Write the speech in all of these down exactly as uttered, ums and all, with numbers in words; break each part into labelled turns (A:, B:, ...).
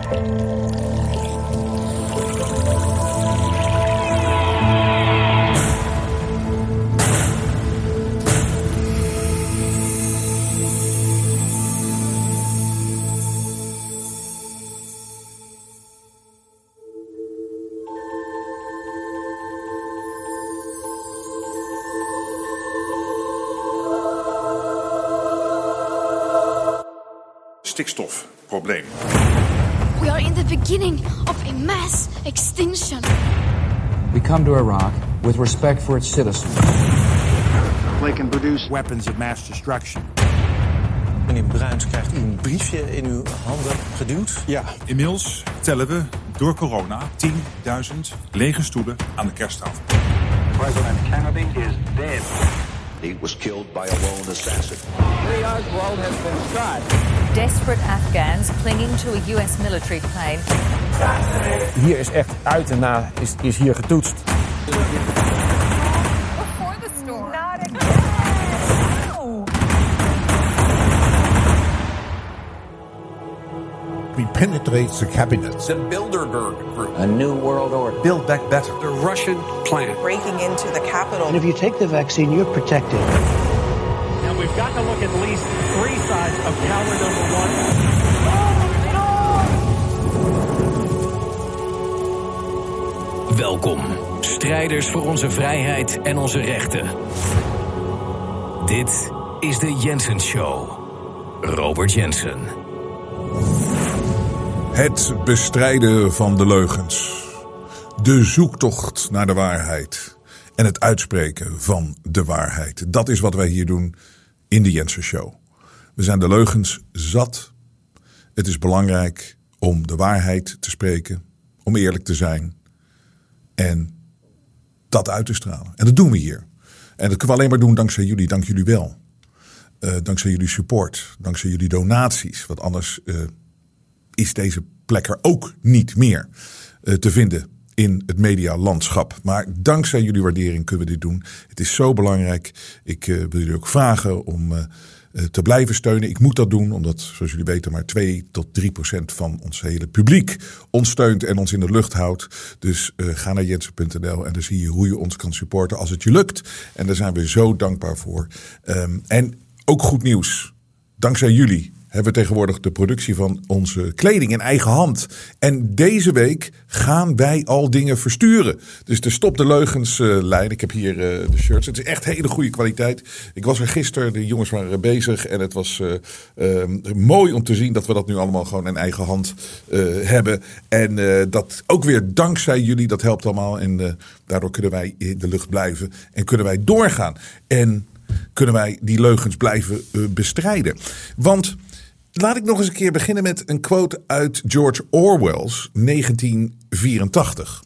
A: Stikstofprobleem.
B: We are in the beginning of a mass extinction.
C: We come to Iraq with respect for its citizens.
D: They can produce
A: weapons of mass destruction.
E: Meneer Bruins krijgt een briefje in uw handen geduwd.
A: Ja, inmiddels tellen we door corona tienduizend lege stoelen aan de kersttafel.
D: President Kennedy is dead.
F: He was killed by a lone assassin.
D: Lee Oswald has been shot.
G: Desperate Afghans clinging to a U S military plane.
H: Hier is echt uit en na is, is hier getoetst.
G: Before the storm. Not again. No.
I: We penetrate the cabinet.
F: The Bilderberg Group.
C: A new world order.
I: Build back better.
D: The Russian plan.
J: Breaking into the capital.
K: And if you take the vaccine, you're protected.
L: And we've got to look at least three sides of counter number one.
M: Welkom, strijders voor onze vrijheid en onze rechten. Dit is de Jensen Show. Robert Jensen.
N: Het bestrijden van de leugens. De zoektocht naar de waarheid. En het uitspreken van de waarheid. Dat is wat wij hier doen in de Jensen Show. We zijn de leugens zat. Het is belangrijk om de waarheid te spreken. Om eerlijk te zijn. En dat uit te stralen. En dat doen we hier. En dat kunnen we alleen maar doen dankzij jullie. Dank jullie wel. Uh, dankzij jullie support. Dankzij jullie donaties. Want anders uh, is deze plek er ook niet meer uh, te vinden in het medialandschap. Maar dankzij jullie waardering kunnen we dit doen. Het is zo belangrijk. Ik uh, wil jullie ook vragen om uh, uh, te blijven steunen. Ik moet dat doen, omdat, zoals jullie weten, maar twee tot drie procent van ons hele publiek ons steunt en ons in de lucht houdt. Dus uh, ga naar jensen punt n l en dan zie je hoe je ons kan supporten als het je lukt. En daar zijn we zo dankbaar voor. Um, en ook goed nieuws. Dankzij jullie hebben we tegenwoordig de productie van onze kleding in eigen hand. En deze week gaan wij al dingen versturen. Dus de Stop de Leugens uh, lijn. Ik heb hier uh, de shirts. Het is echt hele goede kwaliteit. Ik was er gisteren, de jongens waren bezig. En het was uh, uh, mooi om te zien dat we dat nu allemaal gewoon in eigen hand uh, hebben. En uh, dat ook weer dankzij jullie. Dat helpt allemaal. En uh, daardoor kunnen wij in de lucht blijven. En kunnen wij doorgaan. En kunnen wij die leugens blijven uh, bestrijden. Want laat ik nog eens een keer beginnen met een quote uit George Orwell's negentien vierentachtig.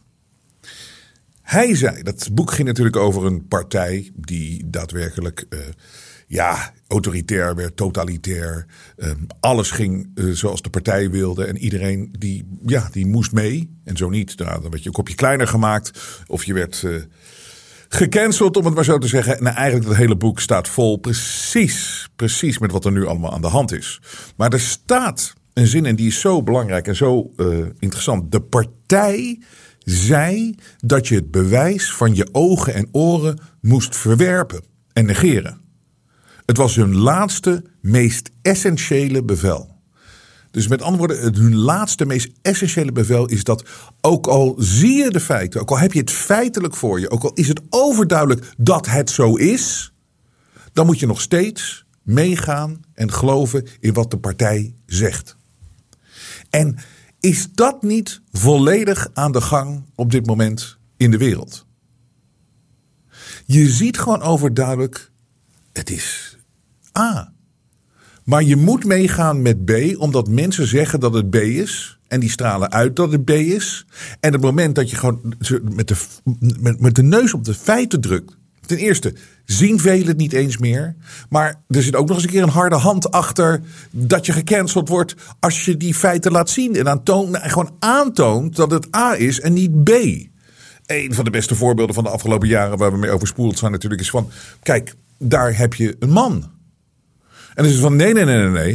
N: Hij zei, dat boek ging natuurlijk over een partij die daadwerkelijk uh, ja, autoritair werd, totalitair. Uh, alles ging uh, zoals de partij wilde en iedereen die, ja, die moest mee. En zo niet, nou, dan werd je een kopje kleiner gemaakt of je werd Uh, gecanceld, om het maar zo te zeggen. Nou, eigenlijk het hele boek staat vol precies, precies met wat er nu allemaal aan de hand is. Maar er staat een zin en die is zo belangrijk en zo uh, interessant. De partij zei dat je het bewijs van je ogen en oren moest verwerpen en negeren. Het was hun laatste, meest essentiële bevel. Dus met andere woorden, hun laatste, meest essentiële bevel is dat ook al zie je de feiten, ook al heb je het feitelijk voor je, ook al is het overduidelijk dat het zo is, dan moet je nog steeds meegaan en geloven in wat de partij zegt. En is dat niet volledig aan de gang op dit moment in de wereld? Je ziet gewoon overduidelijk, het is A. Maar je moet meegaan met B, omdat mensen zeggen dat het B is. En die stralen uit dat het B is. En het moment dat je gewoon met de, met, met de neus op de feiten drukt. Ten eerste zien velen het niet eens meer. Maar er zit ook nog eens een keer een harde hand achter dat je gecanceld wordt als je die feiten laat zien. En aantoont, gewoon aantoont dat het A is en niet B. Een van de beste voorbeelden van de afgelopen jaren waar we mee overspoeld zijn natuurlijk is van, kijk, daar heb je een man. En dan is het van nee, nee, nee, nee, nee.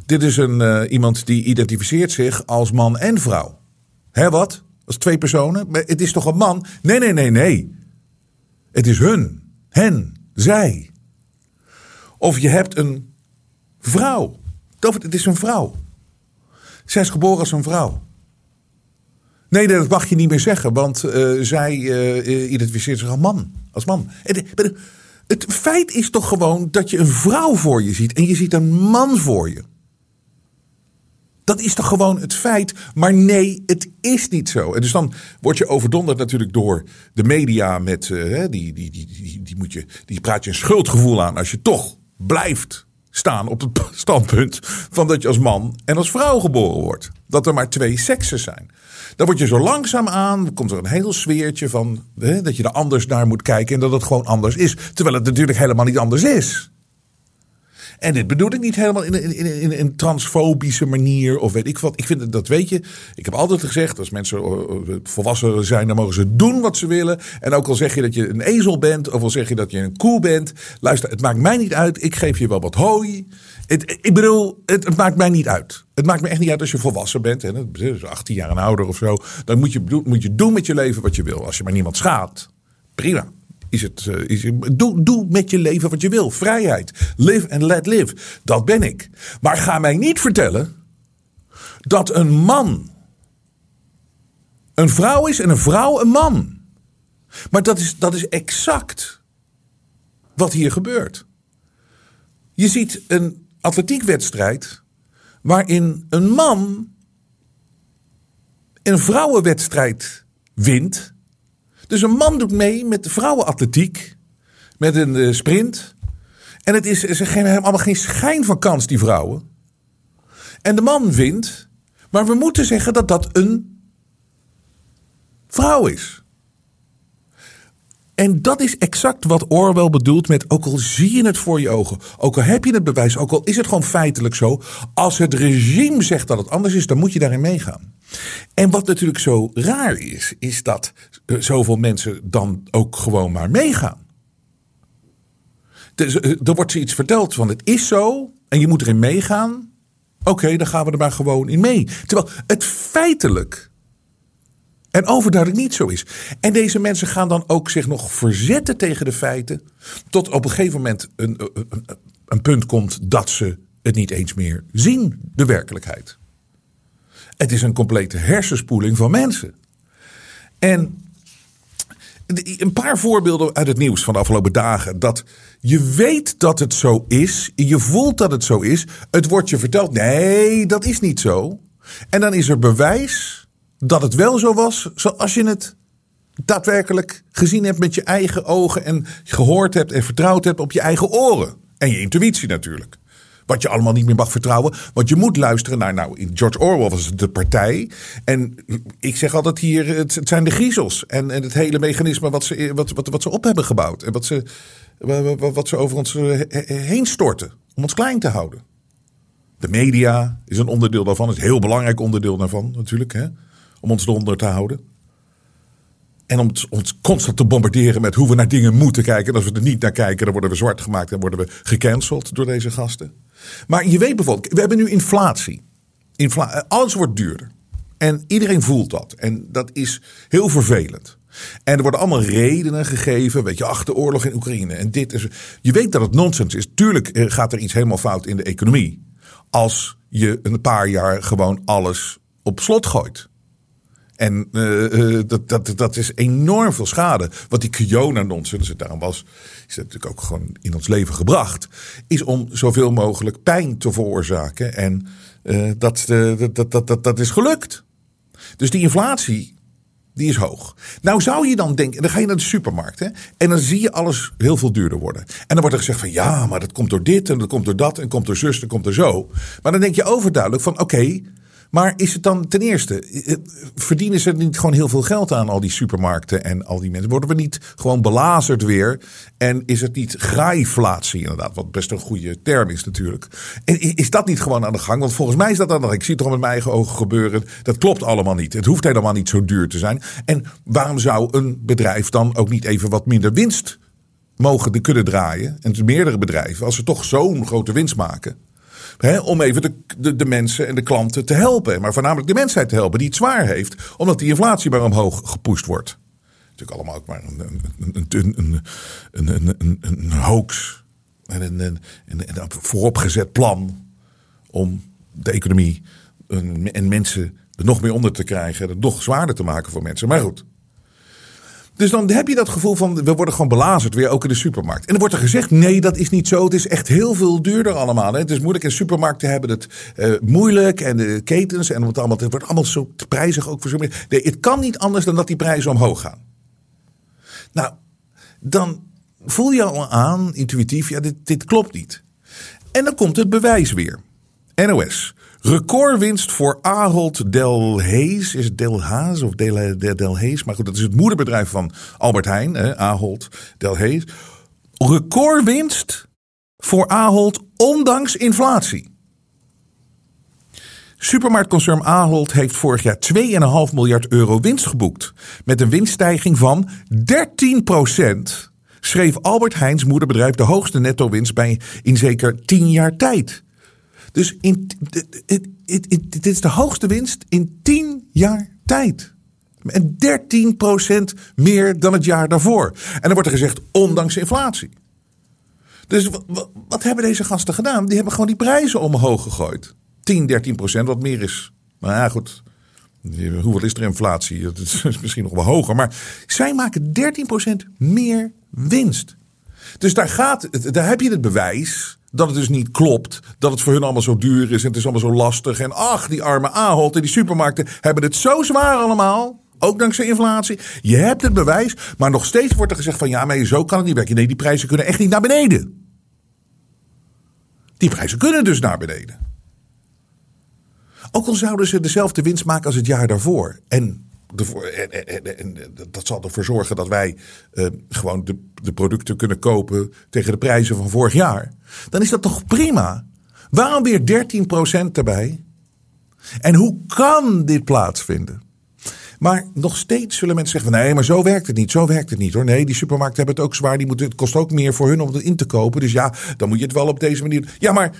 N: Dit is een, uh, iemand die identificeert zich als man en vrouw. Hè, wat? Als twee personen? Maar het is toch een man? Nee, nee, nee, nee. Het is hun, hen, zij. Of je hebt een vrouw. Het is een vrouw. Zij is geboren als een vrouw. Nee, dat mag je niet meer zeggen, want uh, zij uh, identificeert zich als man. Als man. Het, het feit is toch gewoon dat je een vrouw voor je ziet en je ziet een man voor je. Dat is toch gewoon het feit. Maar nee, het is niet zo. En dus dan word je overdonderd natuurlijk door de media met uh, die, die, die, die, die, moet je, die praat je een schuldgevoel aan als je toch blijft staan op het standpunt van dat je als man en als vrouw geboren wordt. Dat er maar twee seksen zijn. Dan word je zo langzaam aan, komt er een heel sfeertje van hè, dat je er anders naar moet kijken en dat het gewoon anders is. Terwijl het natuurlijk helemaal niet anders is. En dit bedoel ik niet helemaal in een, in, in een transfobische manier of weet ik wat. Ik vind het, dat weet je. Ik heb altijd gezegd, als mensen volwassen zijn, dan mogen ze doen wat ze willen. En ook al zeg je dat je een ezel bent, of al zeg je dat je een koe bent. Luister, het maakt mij niet uit. Ik geef je wel wat hooi. Het, ik bedoel, het, het maakt mij niet uit. Het maakt me echt niet uit als je volwassen bent. Hè, dus achttien jaar en ouder of zo. Dan moet je, moet je doen met je leven wat je wil. Als je maar niemand schaadt. Prima. Is het, is het, doe, doe met je leven wat je wil. Vrijheid. Live and let live. Dat ben ik. Maar ga mij niet vertellen dat een man een vrouw is en een vrouw een man. Maar dat is, dat is exact wat hier gebeurt. Je ziet een atletiekwedstrijd waarin een man een vrouwenwedstrijd wint. Dus een man doet mee met de vrouwenatletiek, met een uh, sprint. En het is, ze geven hem allemaal geen schijn van kans, die vrouwen. En de man wint, maar we moeten zeggen dat dat een vrouw is. En dat is exact wat Orwell bedoelt met, ook al zie je het voor je ogen, ook al heb je het bewijs, ook al is het gewoon feitelijk zo, als het regime zegt dat het anders is, dan moet je daarin meegaan. En wat natuurlijk zo raar is, is dat uh, zoveel mensen dan ook gewoon maar meegaan. Dus, uh, er wordt zoiets verteld van het is zo en je moet erin meegaan. Oké, okay, dan gaan we er maar gewoon in mee. Terwijl het feitelijk en overduidelijk niet zo is. En deze mensen gaan dan ook zich nog verzetten tegen de feiten. Tot op een gegeven moment een, een, een punt komt dat ze het niet eens meer zien, de werkelijkheid. Het is een complete hersenspoeling van mensen. En een paar voorbeelden uit het nieuws van de afgelopen dagen. Dat je weet dat het zo is. Je voelt dat het zo is. Het wordt je verteld. Nee, dat is niet zo. En dan is er bewijs dat het wel zo was, zoals je het daadwerkelijk gezien hebt met je eigen ogen en gehoord hebt en vertrouwd hebt op je eigen oren. En je intuïtie natuurlijk. Wat je allemaal niet meer mag vertrouwen. Want je moet luisteren naar, nou, in George Orwell was het de partij. En ik zeg altijd hier, het, het zijn de griezels. En, en het hele mechanisme wat ze, wat, wat, wat ze op hebben gebouwd. En wat ze, wat, wat ze over ons heen storten. Om ons klein te houden. De media is een onderdeel daarvan. Is een heel belangrijk onderdeel daarvan natuurlijk. Hè? Om ons eronder te houden. En om ons constant te bombarderen met hoe we naar dingen moeten kijken. En als we er niet naar kijken, dan worden we zwart gemaakt. En worden we gecanceld door deze gasten. Maar je weet bijvoorbeeld, we hebben nu inflatie. Infla- alles wordt duurder. En iedereen voelt dat. En dat is heel vervelend. En er worden allemaal redenen gegeven. Weet je, ach, de oorlog in Oekraïne. En dit is. Je weet dat het nonsens is. Tuurlijk gaat er iets helemaal fout in de economie. Als je een paar jaar gewoon alles op slot gooit. En uh, uh, dat, dat, dat is enorm veel schade. Wat die Kiona-nonsens, daarom was, is dat natuurlijk ook gewoon in ons leven gebracht. Is om zoveel mogelijk pijn te veroorzaken. En uh, dat, uh, dat, dat, dat, dat is gelukt. Dus die inflatie, die is hoog. Nou zou je dan denken, dan ga je naar de supermarkt. Hè, en dan zie je alles heel veel duurder worden. En dan wordt er gezegd van ja, maar dat komt door dit en dat komt door dat. En komt door zus en komt door zo. Maar dan denk je overduidelijk van oké. Okay, maar is het dan ten eerste, verdienen ze niet gewoon heel veel geld aan al die supermarkten en al die mensen? Worden we niet gewoon belazerd weer? En is het niet graaiflatie inderdaad, wat best een goede term is natuurlijk. En is dat niet gewoon aan de gang? Want volgens mij is dat aan de gang. Ik zie het toch met mijn eigen ogen gebeuren. Dat klopt allemaal niet. Het hoeft helemaal niet zo duur te zijn. En waarom zou een bedrijf dan ook niet even wat minder winst mogen kunnen draaien? En meerdere bedrijven, als ze toch zo'n grote winst maken. He, om even de, de, de mensen en de klanten te helpen. Maar voornamelijk de mensheid te helpen die het zwaar heeft. Omdat die inflatie maar omhoog gepusht wordt. Natuurlijk allemaal ook maar een, een, een, een, een, een, een, een hoax. En een, een, een, een vooropgezet plan om de economie en mensen er nog meer onder te krijgen. En het nog zwaarder te maken voor mensen. Maar goed. Dus dan heb je dat gevoel van, we worden gewoon belazerd weer, ook in de supermarkt. En dan wordt er gezegd, nee, dat is niet zo. Het is echt heel veel duurder allemaal. Hè. Het is moeilijk in supermarkten hebben het uh, moeilijk. En de ketens en wat allemaal. Het wordt allemaal zo prijzig ook voor zo. Nee, het kan niet anders dan dat die prijzen omhoog gaan. Nou, dan voel je al aan, intuïtief, ja, dit, dit klopt niet. En dan komt het bewijs weer. N O S. Recordwinst voor Ahold Delhaize. Is het Delhaize of Del, Del, Delhaize? Maar goed, dat is het moederbedrijf van Albert Heijn. Hè, Ahold Delhaize. Recordwinst voor Ahold ondanks inflatie. Supermarktconcern Ahold heeft vorig jaar twee komma vijf miljard euro winst geboekt. Met een winststijging van dertien procent. Schreef Albert Heijns moederbedrijf de hoogste netto-winst bij in zeker tien jaar tijd. Dus in, dit is de hoogste winst in tien jaar tijd. En dertien procent meer dan het jaar daarvoor. En dan wordt er gezegd, ondanks inflatie. Dus wat, wat hebben deze gasten gedaan? Die hebben gewoon die prijzen omhoog gegooid. tien, dertien procent, wat meer is. Maar ja, goed. Hoeveel is er inflatie? Dat is misschien nog wel hoger. Maar zij maken dertien procent meer winst. Dus daar, gaat, daar heb je het bewijs dat het dus niet klopt. Dat het voor hun allemaal zo duur is en het is allemaal zo lastig. En ach, die arme Ahold en die supermarkten hebben het zo zwaar allemaal. Ook dankzij inflatie. Je hebt het bewijs. Maar nog steeds wordt er gezegd van ja, maar zo kan het niet werken. Nee, die prijzen kunnen echt niet naar beneden. Die prijzen kunnen dus naar beneden. Ook al zouden ze dezelfde winst maken als het jaar daarvoor. En, de, en, en, en dat zal ervoor zorgen dat wij uh, gewoon de, de producten kunnen kopen tegen de prijzen van vorig jaar. Dan is dat toch prima? Waarom weer dertien procent erbij? En hoe kan dit plaatsvinden? Maar nog steeds zullen mensen zeggen van nee, maar zo werkt het niet. Zo werkt het niet hoor. Nee, die supermarkten hebben het ook zwaar. Die moeten, het kost ook meer voor hun om het in te kopen. Dus ja, dan moet je het wel op deze manier. Ja, maar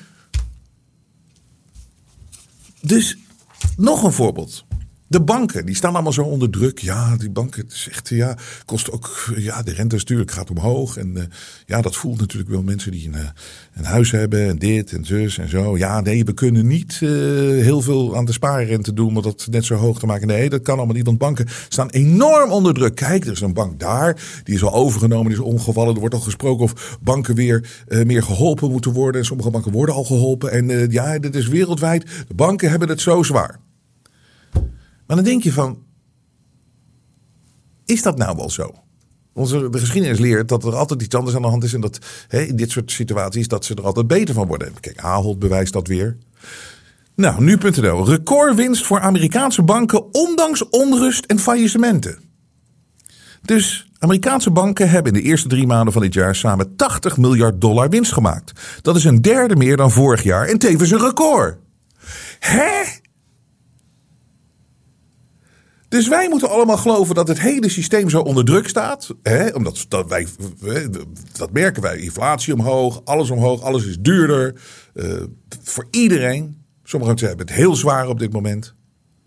N: dus nog een voorbeeld. De banken, die staan allemaal zo onder druk. Ja, die banken, het is echt, ja, kost ook, ja, de rente natuurlijk gaat omhoog. En uh, ja, dat voelt natuurlijk wel mensen die een, een huis hebben en dit en zus en zo. Ja, nee, we kunnen niet uh, heel veel aan de spaarrente doen om dat net zo hoog te maken. Nee, dat kan allemaal niet, want banken staan enorm onder druk. Kijk, er is een bank daar, die is al overgenomen, die is omgevallen. Er wordt al gesproken of banken weer uh, meer geholpen moeten worden. En sommige banken worden al geholpen. En uh, ja, dit is wereldwijd. De banken hebben het zo zwaar. Maar dan denk je van, is dat nou wel zo? Onze, de geschiedenis leert dat er altijd iets anders aan de hand is. En dat hè, in dit soort situaties dat ze er altijd beter van worden. Kijk, Ahold bewijst dat weer. Nou, nu punt n l. Recordwinst voor Amerikaanse banken ondanks onrust en faillissementen. Dus Amerikaanse banken hebben in de eerste drie maanden van dit jaar samen tachtig miljard dollar winst gemaakt. Dat is een derde meer dan vorig jaar en tevens een record. Hè? Dus wij moeten allemaal geloven dat het hele systeem zo onder druk staat. Hè? Omdat dat, wij, dat merken wij. Inflatie omhoog, alles omhoog, alles is duurder. Uh, voor iedereen. Sommige mensen hebben het heel zwaar op dit moment.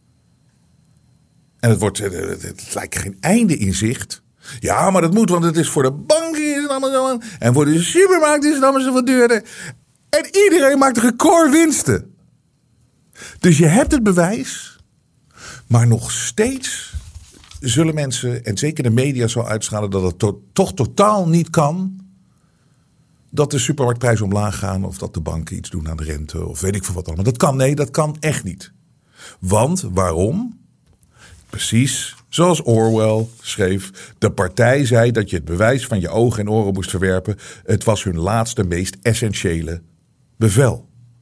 N: En het, wordt, het, het lijkt geen einde in zicht. Ja, maar dat moet, want het is voor de banken is het allemaal zo. En voor de supermarkt is het allemaal zo wat duurder. En iedereen maakt recordwinsten. Dus je hebt het bewijs. Maar nog steeds zullen mensen, en zeker de media zal uitstralen, dat het to- toch totaal niet kan dat de supermarktprijzen omlaag gaan of dat de banken iets doen aan de rente of weet ik veel wat allemaal. Dat kan, nee, dat kan echt niet. Want waarom? Precies zoals Orwell schreef, de partij zei dat je het bewijs van je ogen en oren moest verwerpen. Het was hun laatste, meest essentiële bevel.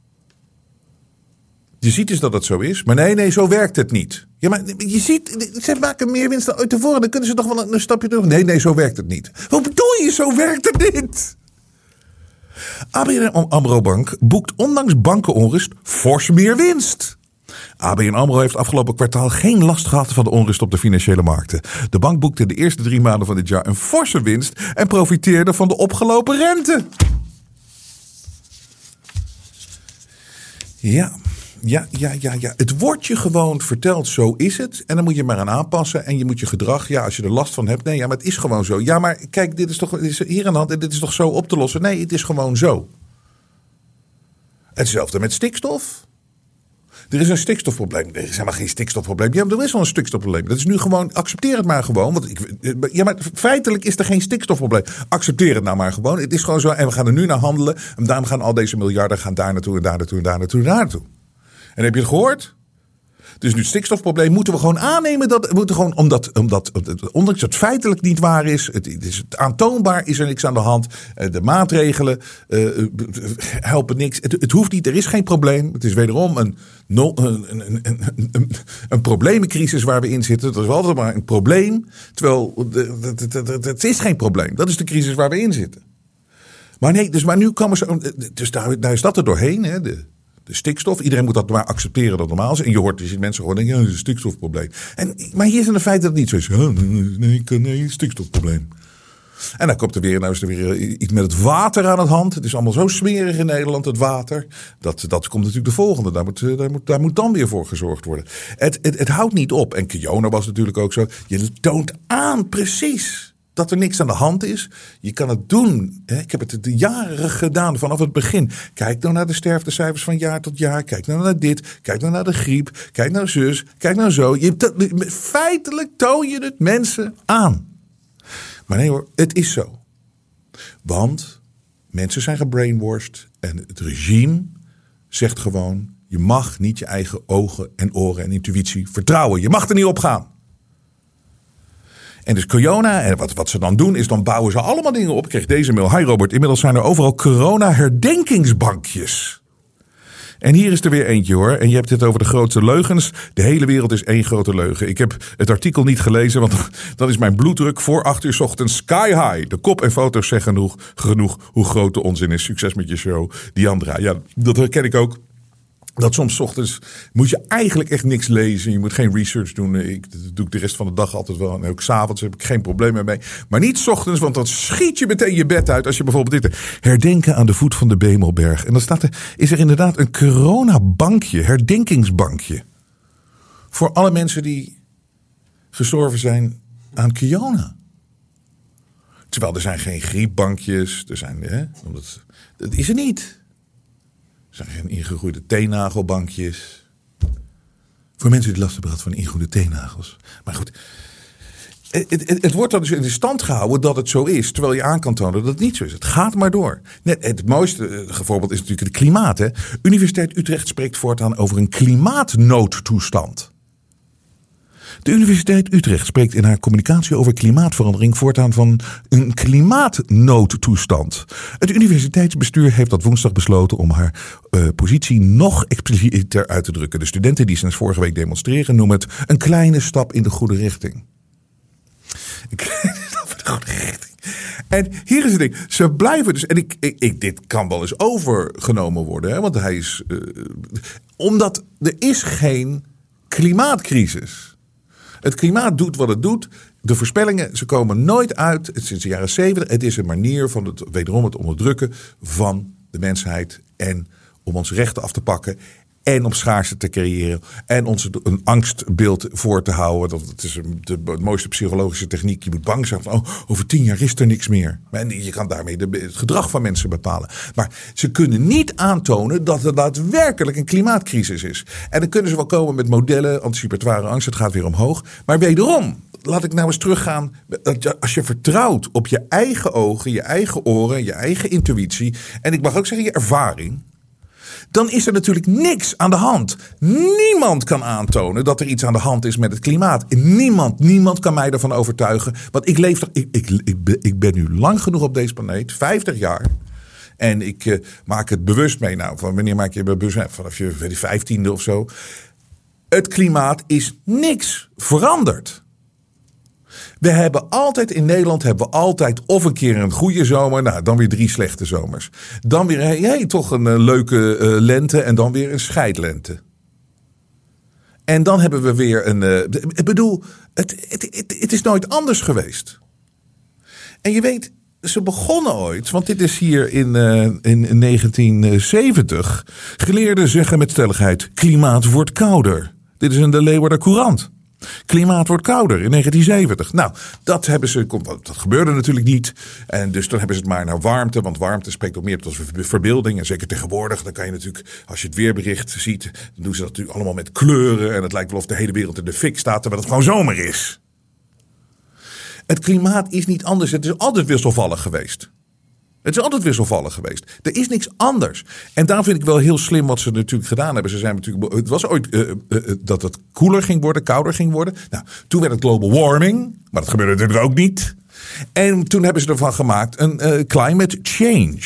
N: Je ziet dus dat het zo is. Maar nee, nee, zo werkt het niet. Ja, maar je ziet, ze maken meer winst dan ooit tevoren. Dan kunnen ze toch wel een, een stapje terug. Nee, nee, zo werkt het niet. Wat bedoel je, zo werkt het niet? A B N AMRO Bank boekt ondanks bankenonrust fors meer winst. A B N AMRO heeft afgelopen kwartaal geen last gehad van de onrust op de financiële markten. De bank boekte in de eerste drie maanden van dit jaar een forse winst en profiteerde van de opgelopen rente. Ja, ja, ja, ja, ja. Het wordt je gewoon verteld, zo is het. En dan moet je maar aan aanpassen. En je moet je gedrag, ja, als je er last van hebt. Nee, ja, maar het is gewoon zo. Ja, maar kijk, dit is toch dit is hier aan de hand. En dit is toch zo op te lossen? Nee, het is gewoon zo. Hetzelfde met stikstof. Er is een stikstofprobleem. Er is helemaal geen stikstofprobleem. Ja, maar er is wel een stikstofprobleem. Dat is nu gewoon, accepteer het maar gewoon. Want ik, ja, maar feitelijk is er geen stikstofprobleem. Accepteer het nou maar gewoon. Het is gewoon zo. En we gaan er nu naar handelen. En daarom gaan al deze miljarden gaan daar naartoe en daar naartoe en daar naartoe en daar naartoe. En heb je het gehoord? Dus nu het stikstofprobleem moeten we gewoon aannemen. Dat, we moeten gewoon, omdat, omdat, ondanks dat het feitelijk niet waar is. Het, het is aantoonbaar, is er niks aan de hand. De maatregelen uh, helpen niks. Het, het hoeft niet, er is geen probleem. Het is wederom een, no, een, een, een, een, een probleemcrisis waar we in zitten. Dat is wel altijd maar een probleem. Terwijl het is geen probleem. Dat is de crisis waar we in zitten. Maar nee, dus maar nu komen ze. Dus daar, daar is dat er doorheen, hè, de, De stikstof. Iedereen moet dat maar accepteren dat het normaal is. En je hoort dus mensen gewoon denken, ja, dat is een stikstofprobleem. En, maar hier is een feit dat het niet zo is. Oh, nee, nee, stikstofprobleem. En dan komt er weer, nou is er weer iets met het water aan het hand. Het is allemaal zo smerig in Nederland, het water. Dat, dat komt natuurlijk de volgende. Daar moet, daar moet, daar moet dan weer voor gezorgd worden. Het, het, het houdt niet op. En Kiona was natuurlijk ook zo. Je toont aan precies dat er niks aan de hand is. Je kan het doen. Ik heb het jaren gedaan vanaf het begin. Kijk nou naar de sterftecijfers van jaar tot jaar. Kijk nou naar dit. Kijk nou naar de griep. Kijk nou zus. Kijk nou zo. Je, feitelijk toon je het mensen aan. Maar nee hoor, het is zo. Want mensen zijn gebrainwashed. En het regime zegt gewoon, je mag niet je eigen ogen en oren en intuïtie vertrouwen. Je mag er niet op gaan. En dus corona, en wat, wat ze dan doen, is dan bouwen ze allemaal dingen op. Ik kreeg deze mail. Hi Robert, inmiddels zijn er overal corona-herdenkingsbankjes. En hier is er weer eentje hoor. En je hebt het over de grootste leugens. De hele wereld is één grote leugen. Ik heb het artikel niet gelezen, want dan is mijn bloeddruk voor acht uur 's ochtends sky high. De kop en foto's zeggen genoeg, genoeg hoe groot de onzin is. Succes met je show, Diandra. Ja, dat herken ik ook. Dat soms 's ochtends moet je eigenlijk echt niks lezen. Je moet geen research doen. Ik, dat doe ik de rest van de dag altijd wel. En ook 's avonds heb ik geen probleem mee. Maar niet 's ochtends, want dan schiet je meteen je bed uit. Als je bijvoorbeeld dit herdenken aan de voet van de Bemelberg. En dan staat er, is er inderdaad een coronabankje, herdenkingsbankje. Voor alle mensen die gestorven zijn aan corona. Terwijl er zijn geen griepbankjes. Er zijn, hè, omdat, dat is er niet. Er zijn geen ingegroeide teennagelbankjes. Voor mensen die last hebben gehad van ingegroeide teennagels. Maar goed, het, het, het wordt dan dus in de stand gehouden dat het zo is. Terwijl je aan kan tonen dat het niet zo is. Het gaat maar door. Net, het mooiste voorbeeld is natuurlijk het klimaat. Hè. Universiteit Utrecht spreekt voortaan over een klimaatnoodtoestand. De Universiteit Utrecht spreekt in haar communicatie over klimaatverandering voortaan van een klimaatnoodtoestand. Het universiteitsbestuur heeft dat woensdag besloten om haar uh, positie nog explicieter uit te drukken. De studenten die sinds vorige week demonstreren noemen het een kleine stap in de goede richting. Een kleine stap in de goede richting. En hier is het ding. Ze blijven dus. En ik, ik, ik, dit kan wel eens overgenomen worden. Hè, want hij is. Uh, omdat er is geen klimaatcrisis. Het klimaat doet wat het doet. De voorspellingen, ze komen nooit uit. Sinds de jaren zeventig. Het is een manier van het, wederom het onderdrukken van de mensheid. En om ons rechten af te pakken. En om schaarste te creëren. En ons een angstbeeld voor te houden. Dat is de, de mooiste psychologische techniek. Je moet bang zijn van, oh, over tien jaar is er niks meer. En je kan daarmee de, het gedrag van mensen bepalen. Maar ze kunnen niet aantonen dat er daadwerkelijk een klimaatcrisis is. En dan kunnen ze wel komen met modellen, anticipatoire angst. Het gaat weer omhoog. Maar wederom, laat ik nou eens teruggaan. Als je vertrouwt op je eigen ogen, je eigen oren, je eigen intuïtie. En ik mag ook zeggen je ervaring. Dan is er natuurlijk niks aan de hand. Niemand kan aantonen dat er iets aan de hand is met het klimaat. Niemand, niemand kan mij ervan overtuigen. Want ik leef er, ik, ik, ik, ben, ik ben nu lang genoeg op deze planeet, vijftig jaar. En ik uh, maak het bewust mee. Nou, van wanneer maak je het bewust? Vanaf je vijftiende of zo. Het klimaat is niks veranderd. We hebben altijd in Nederland hebben we altijd of een keer een goede zomer, nou dan weer drie slechte zomers. Dan weer hey, hey, toch een uh, leuke uh, lente en dan weer een scheidlente. En dan hebben we weer een. Uh, ik bedoel, het, het, het, het is nooit anders geweest. En je weet, ze begonnen ooit, want dit is hier in, uh, in negentien zeventig. Geleerden zeggen met stelligheid, klimaat wordt kouder. Dit is in de Leeuwarder Courant. Klimaat wordt kouder in negentien zeventig. Nou, dat hebben ze, dat gebeurde natuurlijk niet. En dus dan hebben ze het maar naar warmte. Want warmte spreekt ook meer tot verbeelding. En zeker tegenwoordig, dan kan je natuurlijk, als je het weerbericht ziet, dan doen ze dat natuurlijk allemaal met kleuren. En het lijkt wel of de hele wereld in de fik staat, terwijl het gewoon zomer is. Het klimaat is niet anders. Het is altijd wisselvallig geweest. Het is altijd wisselvallig geweest. Er is niks anders. En daar vind ik wel heel slim wat ze natuurlijk gedaan hebben. Ze zijn natuurlijk, het was ooit uh, uh, dat het koeler ging worden, kouder ging worden. Nou, toen werd het global warming. Maar dat gebeurde natuurlijk ook niet. En toen hebben ze ervan gemaakt een uh, climate change.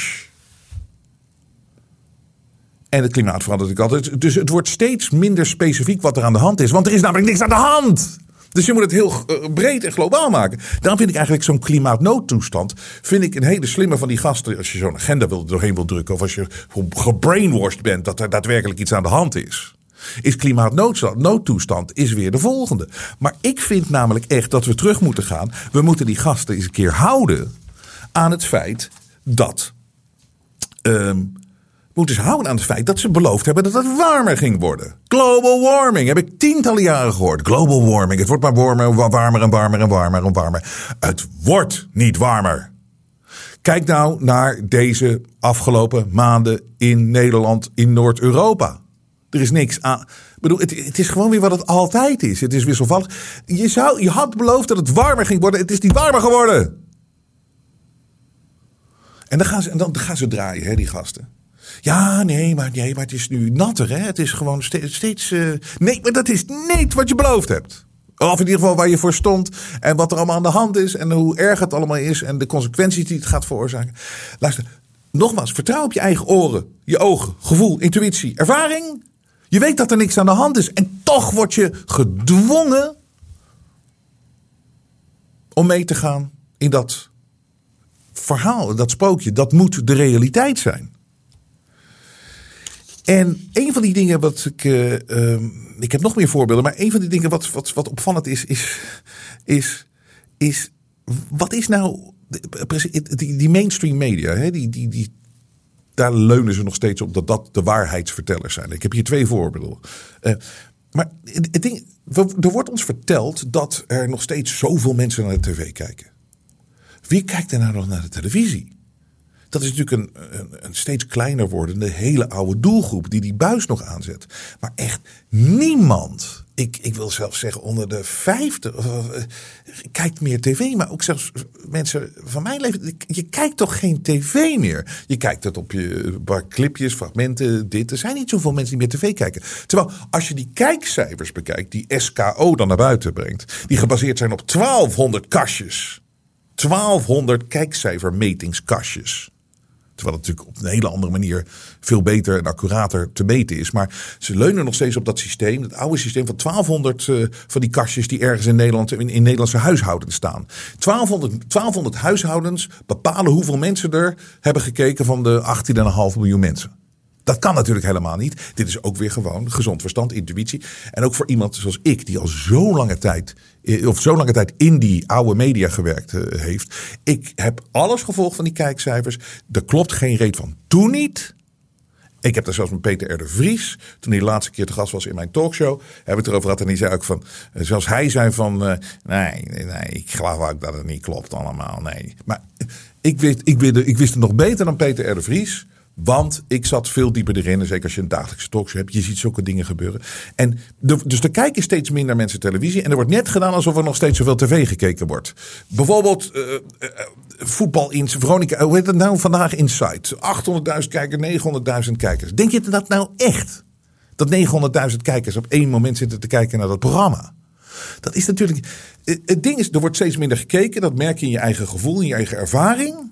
N: En het klimaat verandert natuurlijk altijd. Dus het wordt steeds minder specifiek wat er aan de hand is. Want er is namelijk niks aan de hand. Dus je moet het heel breed en globaal maken. Daarom vind ik eigenlijk zo'n klimaatnoodtoestand, vind ik een hele slimme van die gasten. Als je zo'n agenda wil, doorheen wil drukken, of als je gebrainwashed bent dat er daadwerkelijk iets aan de hand is. Is klimaatnoodtoestand is weer de volgende. Maar ik vind namelijk echt dat we terug moeten gaan. We moeten die gasten eens een keer houden aan het feit dat... Um, We moeten ze houden aan het feit dat ze beloofd hebben dat het warmer ging worden. Global warming, heb ik tientallen jaren gehoord. Global warming, het wordt maar warmer, warmer en warmer en warmer en warmer. Het wordt niet warmer. Kijk nou naar deze afgelopen maanden in Nederland, in Noord-Europa. Er is niks aan. Ik bedoel, het, het is gewoon weer wat het altijd is. Het is wisselvallig. Je, zou, je had beloofd dat het warmer ging worden. Het is niet warmer geworden. En dan gaan ze, en dan gaan ze draaien, hè, die gasten. Ja, nee maar, nee, maar het is nu natter, hè? Het is gewoon steeds... steeds uh... Nee, maar dat is niet wat je beloofd hebt. Of in ieder geval waar je voor stond. En wat er allemaal aan de hand is. En hoe erg het allemaal is. En de consequenties die het gaat veroorzaken. Luister, nogmaals, vertrouw op je eigen oren. Je ogen, gevoel, intuïtie, ervaring. Je weet dat er niks aan de hand is. En toch word je gedwongen om mee te gaan in dat verhaal. Dat sprookje. Dat moet de realiteit zijn. En een van die dingen wat ik... Uh, uh, ik heb nog meer voorbeelden. Maar een van die dingen wat, wat, wat opvallend is... Is, is, is... Wat is nou... Die, die mainstream media... Hè, die, die, die, daar leunen ze nog steeds op dat dat de waarheidsvertellers zijn. Ik heb hier twee voorbeelden. Uh, maar het ding, er wordt ons verteld dat er nog steeds zoveel mensen naar de tv kijken. Wie kijkt er nou nog naar de televisie? Dat is natuurlijk een, een, een steeds kleiner wordende, hele oude doelgroep die die buis nog aanzet. Maar echt niemand, ik, ik wil zelfs zeggen onder de vijftig, uh, kijkt meer tv. Maar ook zelfs mensen van mijn leeftijd, je kijkt toch geen tv meer? Je kijkt het op je paar clipjes, fragmenten, dit. Er zijn niet zoveel mensen die meer tv kijken. Terwijl als je die kijkcijfers bekijkt, die S K O dan naar buiten brengt, die gebaseerd zijn op twaalfhonderd kastjes. twaalfhonderd kijkcijfermetingskastjes. Terwijl het natuurlijk op een hele andere manier veel beter en accurater te meten is. Maar ze leunen nog steeds op dat systeem. Het oude systeem van twaalfhonderd uh, van die kastjes die ergens in Nederland in, in Nederlandse huishoudens staan. twaalfhonderd, twaalfhonderd huishoudens bepalen hoeveel mensen er hebben gekeken van de achttien komma vijf miljoen mensen. Dat kan natuurlijk helemaal niet. Dit is ook weer gewoon gezond verstand, intuïtie. En ook voor iemand zoals ik, die al zo lange tijd, of zo lange tijd in die oude media gewerkt uh, heeft. Ik heb alles gevolgd van die kijkcijfers. Er klopt geen reet van. Toen niet. Ik heb daar zelfs met Peter R. de Vries, toen hij de laatste keer te gast was in mijn talkshow, hebben we het erover gehad. En die zei ook van, zelfs hij zei van, uh, nee, nee, ik geloof ook dat het niet klopt allemaal. Nee. Maar ik wist, ik, wist, ik wist het nog beter dan Peter R. de Vries. Want ik zat veel dieper erin. En zeker als je een dagelijkse talkshow hebt. Je ziet zulke dingen gebeuren. En de, dus er kijken steeds minder mensen televisie. En er wordt net gedaan alsof er nog steeds zoveel tv gekeken wordt. Bijvoorbeeld uh, uh, voetbal in Veronica. Hoe heet het nou vandaag? Inside. achthonderdduizend kijkers, negenhonderdduizend kijkers. Denk je dat nou echt? Dat negenhonderdduizend kijkers op één moment zitten te kijken naar dat programma. Dat is natuurlijk... Het ding is, er wordt steeds minder gekeken. Dat merk je in je eigen gevoel, in je eigen ervaring.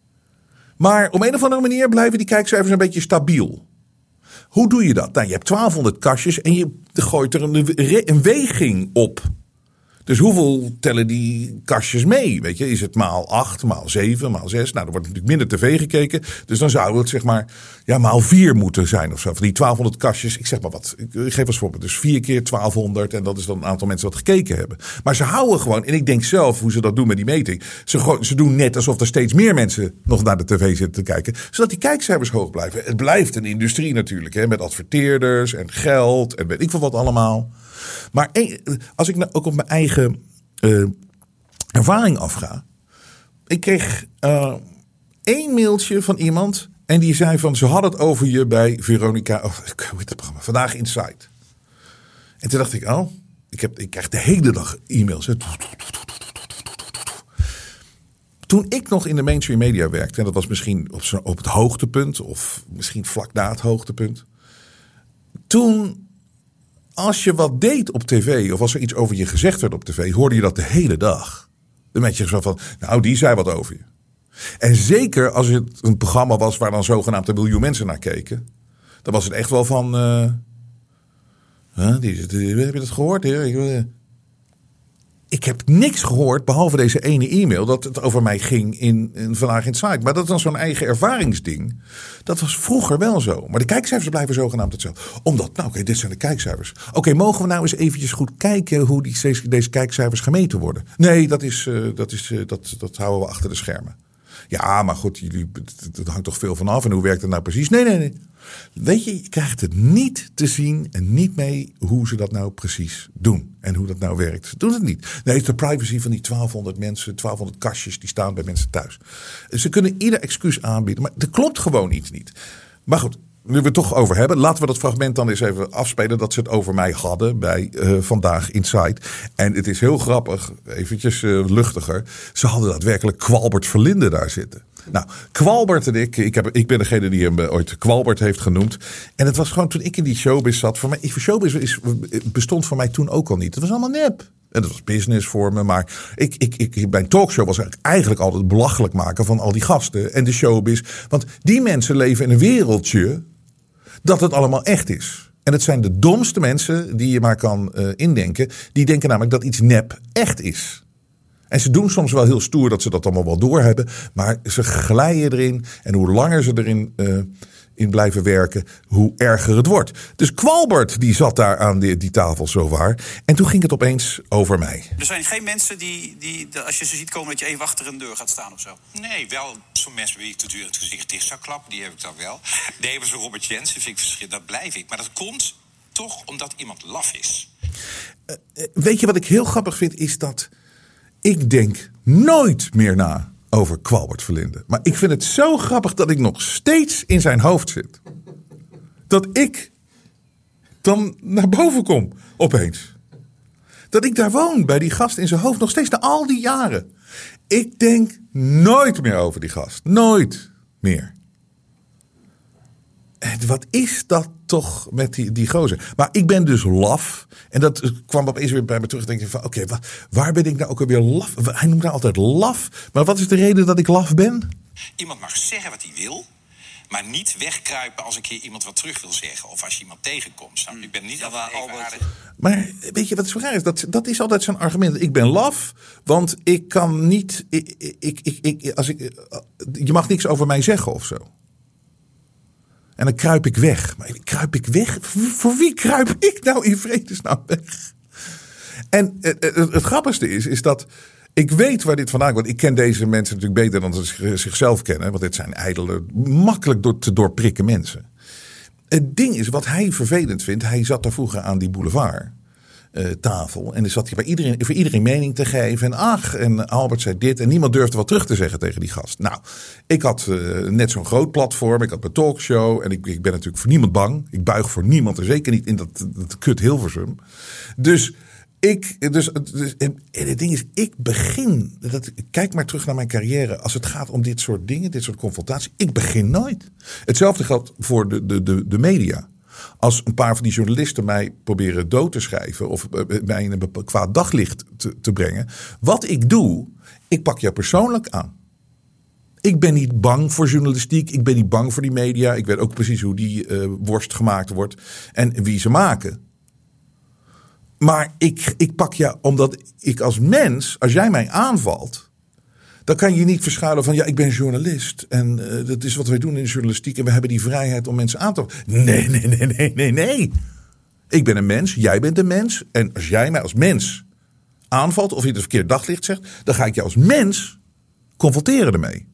N: Maar op een of andere manier blijven die kijkcijfers een beetje stabiel. Hoe doe je dat? Nou, je hebt twaalfhonderd kastjes en je gooit er een, een weging op. Dus hoeveel tellen die kastjes mee? Weet je, is het maal acht, maal zeven, maal zes? Nou, er wordt natuurlijk minder tv gekeken. Dus dan zou het zeg maar ja, maal vier moeten zijn of zo. Van die twaalfhonderd kastjes, ik zeg maar wat. Ik geef als voorbeeld. Dus vier keer twaalfhonderd. En dat is dan een aantal mensen wat gekeken hebben. Maar ze houden gewoon, en ik denk zelf hoe ze dat doen met die meting. Ze, ze doen net alsof er steeds meer mensen nog naar de tv zitten te kijken. Zodat die kijkcijfers hoog blijven. Het blijft een industrie natuurlijk. Hè, met adverteerders en geld en weet ik veel wat allemaal. Maar als ik nou ook op mijn eigen uh, ervaring afga. Ik kreeg uh, één mailtje van iemand. En die zei van ze hadden het over je bij Veronica. Oh, hoe heet het programma? Vandaag Inside. En toen dacht ik, oh, ik, heb, ik krijg de hele dag e-mails. Hè. Toen ik nog in de mainstream media werkte. En dat was misschien op, zo, op het hoogtepunt. Of misschien vlak na het hoogtepunt. Toen... Als je wat deed op tv, of als er iets over je gezegd werd op tv, hoorde je dat de hele dag. Dan werd je zo van, nou die zei wat over je. En zeker als het een programma was waar dan zogenaamd een miljoen mensen naar keken. Dan was het echt wel van, uh, huh, die, die, heb je dat gehoord? Heer? Ik heb niks gehoord, behalve deze ene e-mail, dat het over mij ging in, in Vandaag Inside. Maar dat is dan zo'n eigen ervaringsding. Dat was vroeger wel zo. Maar de kijkcijfers blijven zogenaamd hetzelfde. Omdat, nou oké, okay, dit zijn de kijkcijfers. Oké, okay, mogen we nou eens eventjes goed kijken hoe die, deze, deze kijkcijfers gemeten worden? Nee, dat, is, uh, dat, is, uh, dat, dat houden we achter de schermen. Ja, maar goed, jullie, dat hangt toch veel van af. En hoe werkt het nou precies? Nee, nee, nee. Weet je, je krijgt het niet te zien en niet mee hoe ze dat nou precies doen. En hoe dat nou werkt. Ze doen het niet. Nee, het is de privacy van die twaalfhonderd mensen, twaalfhonderd kastjes die staan bij mensen thuis. Ze kunnen ieder excuus aanbieden, maar er klopt gewoon iets niet. Maar goed, nu we het toch over hebben, laten we dat fragment dan eens even afspelen dat ze het over mij hadden bij uh, Vandaag Inside. En het is heel grappig, eventjes uh, luchtiger. Ze hadden daadwerkelijk Kwalbert Verlinde daar zitten. Nou, Kwalbert en ik, ik, heb, ik ben degene die hem ooit Kwalbert heeft genoemd. En het was gewoon toen ik in die showbiz zat. Voor mij, showbiz is, bestond voor mij toen ook al niet. Het was allemaal nep. En dat was business voor me. Maar ik, ik, ik, mijn talkshow was eigenlijk altijd belachelijk maken van al die gasten en de showbiz. Want die mensen leven in een wereldje dat het allemaal echt is. En het zijn de domste mensen die je maar kan uh, indenken. Die denken namelijk dat iets nep echt is. En ze doen soms wel heel stoer dat ze dat allemaal wel doorhebben. Maar ze glijden erin. En hoe langer ze erin uh, in blijven werken, hoe erger het wordt. Dus Kwalbert die zat daar aan die, die tafel zowaar. En toen ging het opeens over mij.
J: Er zijn geen mensen die, die, als je ze ziet komen, dat je even achter een deur gaat staan of zo?
O: Nee, wel zo'n mensen wie ik de deur het gezicht dicht zou klappen. Die heb ik dan wel. Nee, maar zo'n Robert Jensen vind ik verschrikkelijk. Dat blijf ik. Maar dat komt toch omdat iemand laf is.
N: Uh, weet je wat ik heel grappig vind? Is dat ik denk nooit meer na over Kwalbert Verlinde. Maar ik vind het zo grappig dat ik nog steeds in zijn hoofd zit. Dat ik dan naar boven kom opeens. Dat ik daar woon bij die gast in zijn hoofd nog steeds na al die jaren. Ik denk nooit meer over die gast. Nooit meer. En wat is dat toch met die, die gozer? Maar ik ben dus laf. En dat kwam opeens weer bij me terug. Denk ik van, oké, okay, waar ben ik nou ook alweer laf? Hij noemt mij altijd laf. Maar wat is de reden dat ik laf ben?
O: Iemand mag zeggen wat hij wil. Maar niet wegkruipen als een keer iemand wat terug wil zeggen. Of als je iemand tegenkomt. Nou, ik ben niet altijd evenwaardig.
N: Maar weet je wat zo raar is? Dat, dat is altijd zijn argument. Ik ben laf, want ik kan niet... Ik, ik, ik, ik, als ik, je mag niks over mij zeggen of zo. En dan kruip ik weg. Maar kruip ik weg? Voor wie kruip ik nou in vredesnaam weg? En het, het, het grappigste is, is dat ik weet waar dit vandaan komt. Ik ken deze mensen natuurlijk beter dan ze zichzelf kennen. Want dit zijn ijdele, makkelijk door, te doorprikken mensen. Het ding is, wat hij vervelend vindt. Hij zat daar vroeger aan die boulevard. Uh, tafel. En dan zat hij bij iedereen, voor iedereen mening te geven. En ach, en Albert zei dit. En niemand durfde wat terug te zeggen tegen die gast. Nou, ik had uh, net zo'n groot platform. Ik had mijn talkshow. En ik, ik ben natuurlijk voor niemand bang. Ik buig voor niemand. En zeker niet in dat, dat kut Hilversum. Dus ik, dus, dus en, en het ding is, ik begin, dat, kijk maar terug naar mijn carrière. Als het gaat om dit soort dingen, dit soort confrontatie. Ik begin nooit. Hetzelfde geldt voor de, de, de, de media. Als een paar van die journalisten mij proberen dood te schrijven of mij in een kwaad daglicht te, te brengen. Wat ik doe, ik pak jou persoonlijk aan. Ik ben niet bang voor journalistiek. Ik ben niet bang voor die media. Ik weet ook precies hoe die uh, worst gemaakt wordt en wie ze maken. Maar ik, ik pak jou, omdat ik als mens, als jij mij aanvalt, dan kan je niet verschuilen van ja, ik ben journalist. En uh, dat is wat wij doen in de journalistiek. En we hebben die vrijheid om mensen aan te vallen. Nee, nee, nee, nee, nee, nee. Ik ben een mens, jij bent een mens. En als jij mij als mens aanvalt of je het verkeerde daglicht zegt, dan ga ik jou als mens confronteren ermee.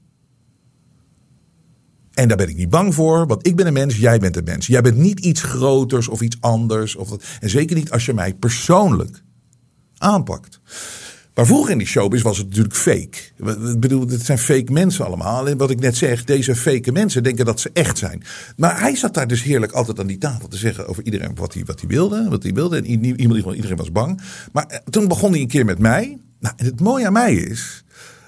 N: En daar ben ik niet bang voor, want ik ben een mens, jij bent een mens. Jij bent niet iets groters of iets anders. Of dat, en zeker niet als je mij persoonlijk aanpakt. Maar vroeger in die showbiz was het natuurlijk fake. Ik bedoel, het zijn fake mensen allemaal. En wat ik net zeg, deze fake mensen denken dat ze echt zijn. Maar hij zat daar dus heerlijk altijd aan die tafel te zeggen over iedereen wat hij, wat hij wilde. Wat hij wilde. En iedereen, iedereen was bang. Maar toen begon hij een keer met mij. Nou, en het mooie aan mij is,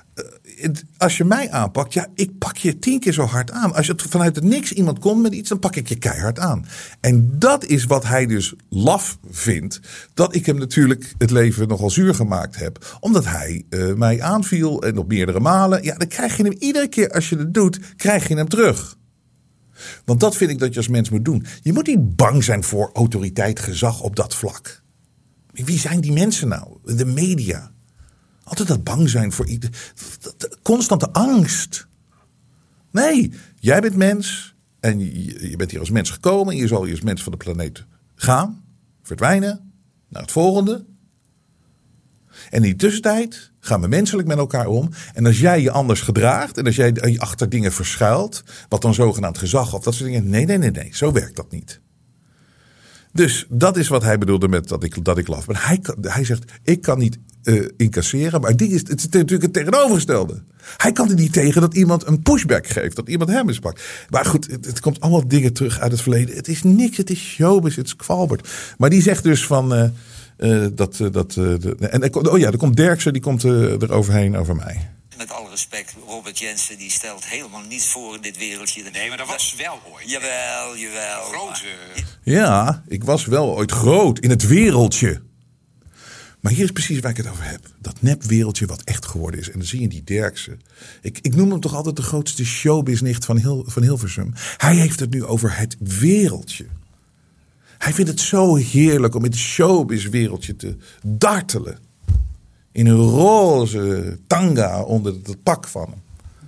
N: als je mij aanpakt, ja, ik pak je tien keer zo hard aan. Als je vanuit het niks iemand komt met iets, dan pak ik je keihard aan. En dat is wat hij dus laf vindt. Dat ik hem natuurlijk het leven nogal zuur gemaakt heb. Omdat hij uh, mij aanviel en op meerdere malen. Ja, dan krijg je hem iedere keer als je het doet, krijg je hem terug. Want dat vind ik dat je als mens moet doen. Je moet niet bang zijn voor autoriteit, gezag op dat vlak. Wie zijn die mensen nou? De media. Altijd dat bang zijn voor ieder. Constante angst. Nee, jij bent mens. En je, je bent hier als mens gekomen. En je zal hier als mens van de planeet gaan. Verdwijnen. Naar het volgende. En in die tussentijd gaan we menselijk met elkaar om. En als jij je anders gedraagt. En als jij je achter dingen verschuilt. Wat dan zogenaamd gezag of dat soort dingen. Nee, nee, nee, nee. Zo werkt dat niet. Dus dat is wat hij bedoelde met dat ik, dat ik laf ben. Hij, hij zegt, ik kan niet uh, incasseren. Maar het ding is, het is natuurlijk het tegenovergestelde. Hij kan er niet tegen dat iemand een pushback geeft. Dat iemand hem mispakt. Maar goed, het, het komt allemaal dingen terug uit het verleden. Het is niks, het is showbiz, het is kwalbert. Maar die zegt dus van Uh, uh, dat, uh, dat uh, de, en oh ja, er komt Derksen, die komt uh, er overheen over mij.
P: Met alle respect, Robert Jensen die stelt helemaal niets voor in dit wereldje.
O: Nee, maar dat was wel ooit.
P: Jawel, jawel.
O: Grote.
N: Ja, ik was wel ooit groot in het wereldje. Maar hier is precies waar ik het over heb. Dat nepwereldje wat echt geworden is. En dan zie je die Derksen. Ik, ik noem hem toch altijd de grootste showbiznicht van, Hil, van Hilversum. Hij heeft het nu over het wereldje. Hij vindt het zo heerlijk om in het showbizwereldje te dartelen. In een roze tanga onder het pak van hem.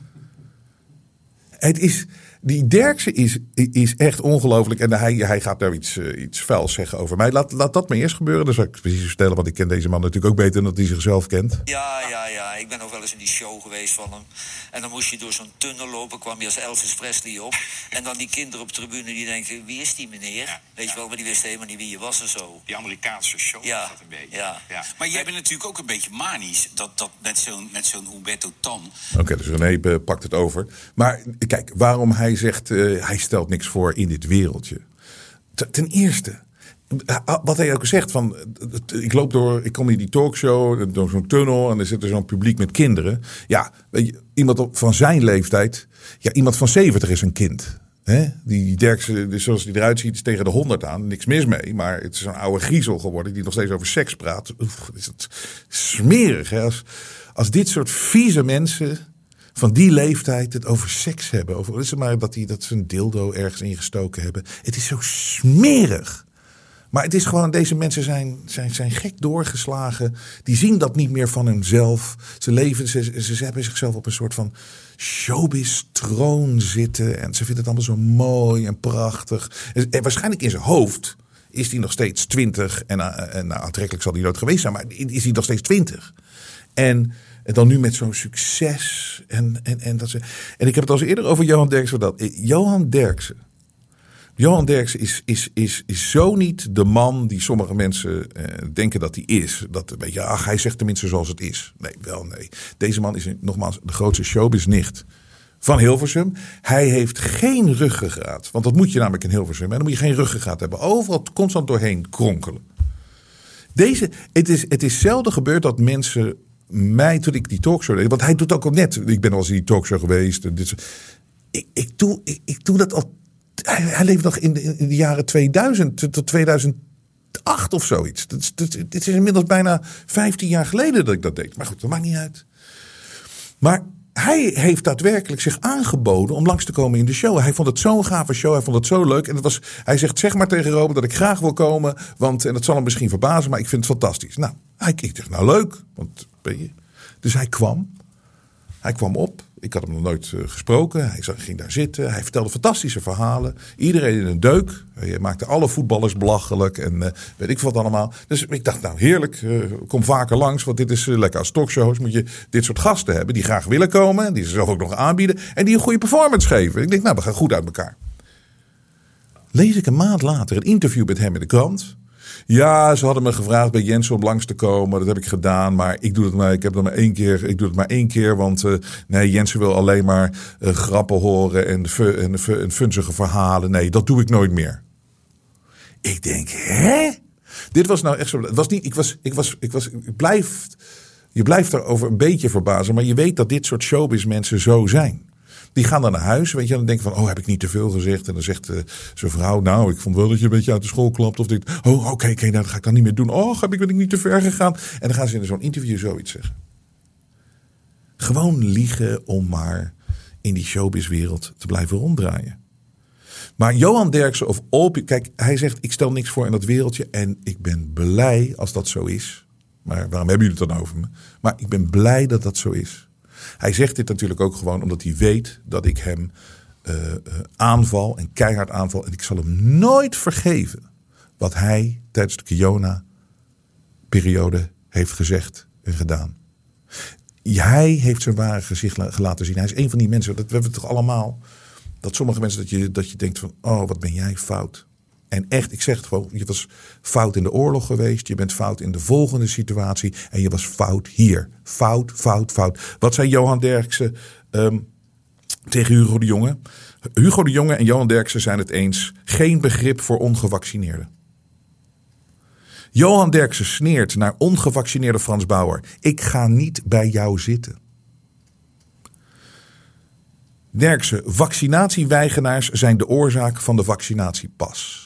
N: Het is, die Derksen is, is echt ongelooflijk. En hij, hij gaat nou iets, uh, iets vuils zeggen over mij. Laat, laat dat maar eerst gebeuren. Dan zal ik precies vertellen. Want ik ken deze man natuurlijk ook beter dan dat hij zichzelf kent.
P: Ja, ja, ja. Ik ben nog wel eens in die show geweest van hem. En dan moest je door zo'n tunnel lopen. Kwam je als Elvis Presley op. En dan die kinderen op de tribune die denken, wie is die meneer? Ja, Weet ja. je wel, maar die wisten helemaal niet wie je was en zo.
O: Die Amerikaanse show.
P: Ja,
O: dat een beetje.
P: Ja.
O: Ja. Maar jij bent natuurlijk ook een beetje manisch. Dat, dat met zo'n, met zo'n Humberto Tan.
N: Oké, okay, dus René pakt het over. Maar kijk, waarom hij zegt, uh, hij stelt niks voor in dit wereldje. Ten eerste, wat hij ook zegt, van, ik loop door, ik kom in die talkshow, door zo'n tunnel en er zit er zo'n publiek met kinderen. Ja, weet je, iemand van zijn leeftijd, ja, iemand van zeventig is een kind. Hè? Die Derksen, zoals hij eruit ziet, is tegen de honderd aan. Niks mis mee, maar het is een oude griezel geworden die nog steeds over seks praat. Oef, is het smerig, hè? Als, als dit soort vieze mensen van die leeftijd het over seks hebben. Over, is het maar dat, die, dat ze een dildo ergens ingestoken hebben. Het is zo smerig. Maar het is gewoon, deze mensen zijn, zijn, zijn gek doorgeslagen. Die zien dat niet meer van hunzelf. Ze leven, ze, ze hebben zichzelf op een soort van showbiz-troon zitten. En ze vinden het allemaal zo mooi en prachtig. En waarschijnlijk in zijn hoofd is hij nog steeds twintig. En, en nou, aantrekkelijk zal hij nooit geweest zijn, maar is hij nog steeds twintig. En En dan nu met zo'n succes. En, en, en, dat ze, en ik heb het al eens eerder over Johan Derksen. Dat, Johan Derksen. Johan Derksen is, is, is, is zo niet de man die sommige mensen eh, denken dat hij is. Dat, weet je, ach, hij zegt tenminste zoals het is. Nee, wel nee. Deze man is nogmaals de grootste showbiznicht van Hilversum. Hij heeft geen ruggengraat. Want dat moet je namelijk in Hilversum. En dan moet je geen ruggengraat hebben. Overal constant doorheen kronkelen. Deze, het, is, het is zelden gebeurd dat mensen mij, toen ik die talkshow deed, want hij doet ook al net, ik ben al eens in die talkshow geweest. Dit, ik, ik, doe, ik, ik doe dat al, hij, hij leeft nog in de, in de jaren tweeduizend tot tweeduizend acht of zoiets. Dit, dit, dit is inmiddels bijna vijftien jaar geleden dat ik dat deed. Maar goed, dat maakt niet uit. Maar hij heeft daadwerkelijk zich aangeboden om langs te komen in de show. Hij vond het zo'n gave show, hij vond het zo leuk. En het was, hij zegt, zeg maar tegen Robert dat ik graag wil komen. Want, en dat zal hem misschien verbazen, maar ik vind het fantastisch. Nou, hij, ik dacht, nou leuk. Want, weet je. Dus hij kwam. Hij kwam op. Ik had hem nog nooit uh, gesproken. Hij ging daar zitten. Hij vertelde fantastische verhalen. Iedereen in een deuk. Hij maakte alle voetballers belachelijk. En uh, weet ik wat allemaal. Dus ik dacht, nou heerlijk. Uh, kom vaker langs. Want dit is uh, lekker. Als talkshows moet je dit soort gasten hebben. Die graag willen komen. Die ze zelf ook nog aanbieden. En die een goede performance geven. Ik denk, nou we gaan goed uit elkaar. Lees ik een maand later een interview met hem in de krant. Ja, ze hadden me gevraagd bij Jensen om langs te komen. Dat heb ik gedaan, maar ik doe het maar. Ik heb dat maar één keer. Ik doe het maar één keer, want uh, nee, Jensen wil alleen maar uh, grappen horen en, fu- en, fu- en funzige verhalen. Nee, dat doe ik nooit meer. Ik denk, hè? Dit was nou echt zo. Het was niet. Ik was. Ik was. Ik was. Ik blijf. Je blijft erover een beetje verbazen, maar je weet dat dit soort showbiz mensen zo zijn. Die gaan dan naar huis, weet je, en dan denken van, oh, heb ik niet te veel gezegd? En dan zegt uh, zijn vrouw, nou, ik vond wel dat je een beetje uit de school klapt. Of dit, oh, oké, okay, okay, nou, dat ga ik dan niet meer doen. Oh, heb ik, ben ik niet te ver gegaan? En dan gaan ze in zo'n interview zoiets zeggen. Gewoon liegen om maar in die showbizwereld te blijven ronddraaien. Maar Johan Derksen of Olpje, kijk, hij zegt, ik stel niks voor in dat wereldje. En ik ben blij als dat zo is. Maar waarom hebben jullie het dan over me? Maar ik ben blij dat dat zo is. Hij zegt dit natuurlijk ook gewoon omdat hij weet dat ik hem uh, uh, aanval en keihard aanval. En ik zal hem nooit vergeven wat hij tijdens de Kiona-periode heeft gezegd en gedaan. Hij heeft zijn ware gezicht laten zien. Hij is een van die mensen, dat we hebben het toch allemaal, dat sommige mensen dat je, dat je denkt van, oh wat ben jij fout. En echt, ik zeg het gewoon, je was fout in de oorlog geweest. Je bent fout in de volgende situatie. En je was fout hier. Fout, fout, fout. Wat zei Johan Derksen um, tegen Hugo de Jonge? Hugo de Jonge en Johan Derksen zijn het eens. Geen begrip voor ongevaccineerden. Johan Derksen sneert naar ongevaccineerde Frans Bauer. Ik ga niet bij jou zitten. Derksen, vaccinatieweigenaars zijn de oorzaak van de vaccinatiepas.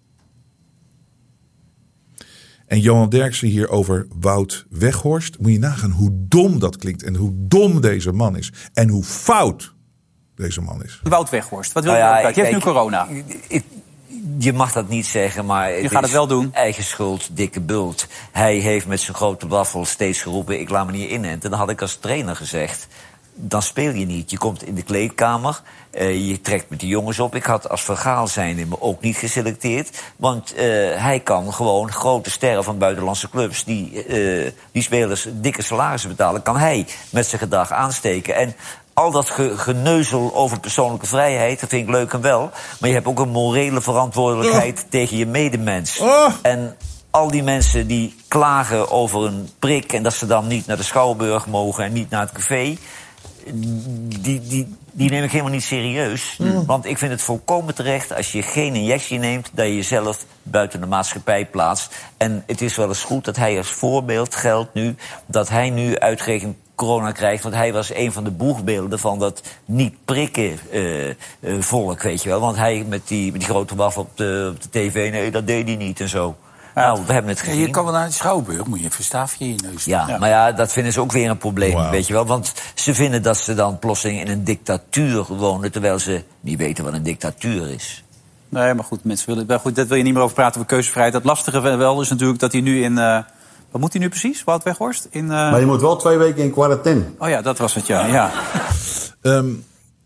N: En Johan Derksen hier over Wout Weghorst. Moet je nagaan hoe dom dat klinkt en hoe dom deze man is. En hoe fout deze man is.
Q: Wout Weghorst, wat wil je?
P: Nou ja,
Q: je hebt nu corona.
P: Ik, je mag dat niet zeggen, maar
Q: je
P: het
Q: gaat
P: is
Q: het wel doen.
P: Eigen schuld, dikke bult. Hij heeft met zijn grote waffel steeds geroepen, ik laat me niet inenten. En dan had ik als trainer gezegd, dan speel je niet. Je komt in de kleedkamer, uh, je trekt met de jongens op. Ik had als Vergaal zijnde me ook niet geselecteerd. Want uh, hij kan gewoon grote sterren van buitenlandse clubs, die, uh, die spelers dikke salarissen betalen, kan hij met zijn gedrag aansteken. En al dat ge- geneuzel over persoonlijke vrijheid, dat vind ik leuk en wel. Maar je hebt ook een morele verantwoordelijkheid oh. tegen je medemens. Oh. En al die mensen die klagen over een prik en dat ze dan niet naar de Schouwburg mogen en niet naar het café, Die, die, die neem ik helemaal niet serieus. Mm. Want ik vind het volkomen terecht als je geen injectie neemt, dat je jezelf buiten de maatschappij plaatst. En het is wel eens goed dat hij als voorbeeld geldt nu, dat hij nu uitgerekend corona krijgt. Want hij was een van de boegbeelden van dat niet prikken uh, uh, volk, weet je wel. Want hij met die, met die grote waf op de, op de tv, nee, dat deed hij niet en zo. Nou, we hebben het gezien.
R: Ja, je kan wel naar de Schouwburg, moet je een verstaafje in je neus.
P: Ja, ja, maar ja, dat vinden ze ook weer een probleem, wow. weet je wel. Want ze vinden dat ze dan plotseling in een dictatuur wonen, terwijl ze niet weten wat een dictatuur is.
Q: Nee, maar goed, mensen willen, wel goed, dat wil je niet meer over praten, over keuzevrijheid. Het lastige wel is natuurlijk dat hij nu in, uh, wat moet hij nu precies, Wout Weghorst? In, uh...
S: Maar je moet wel twee weken in quarantaine.
Q: Oh ja, dat was het, ja. ja.
N: um...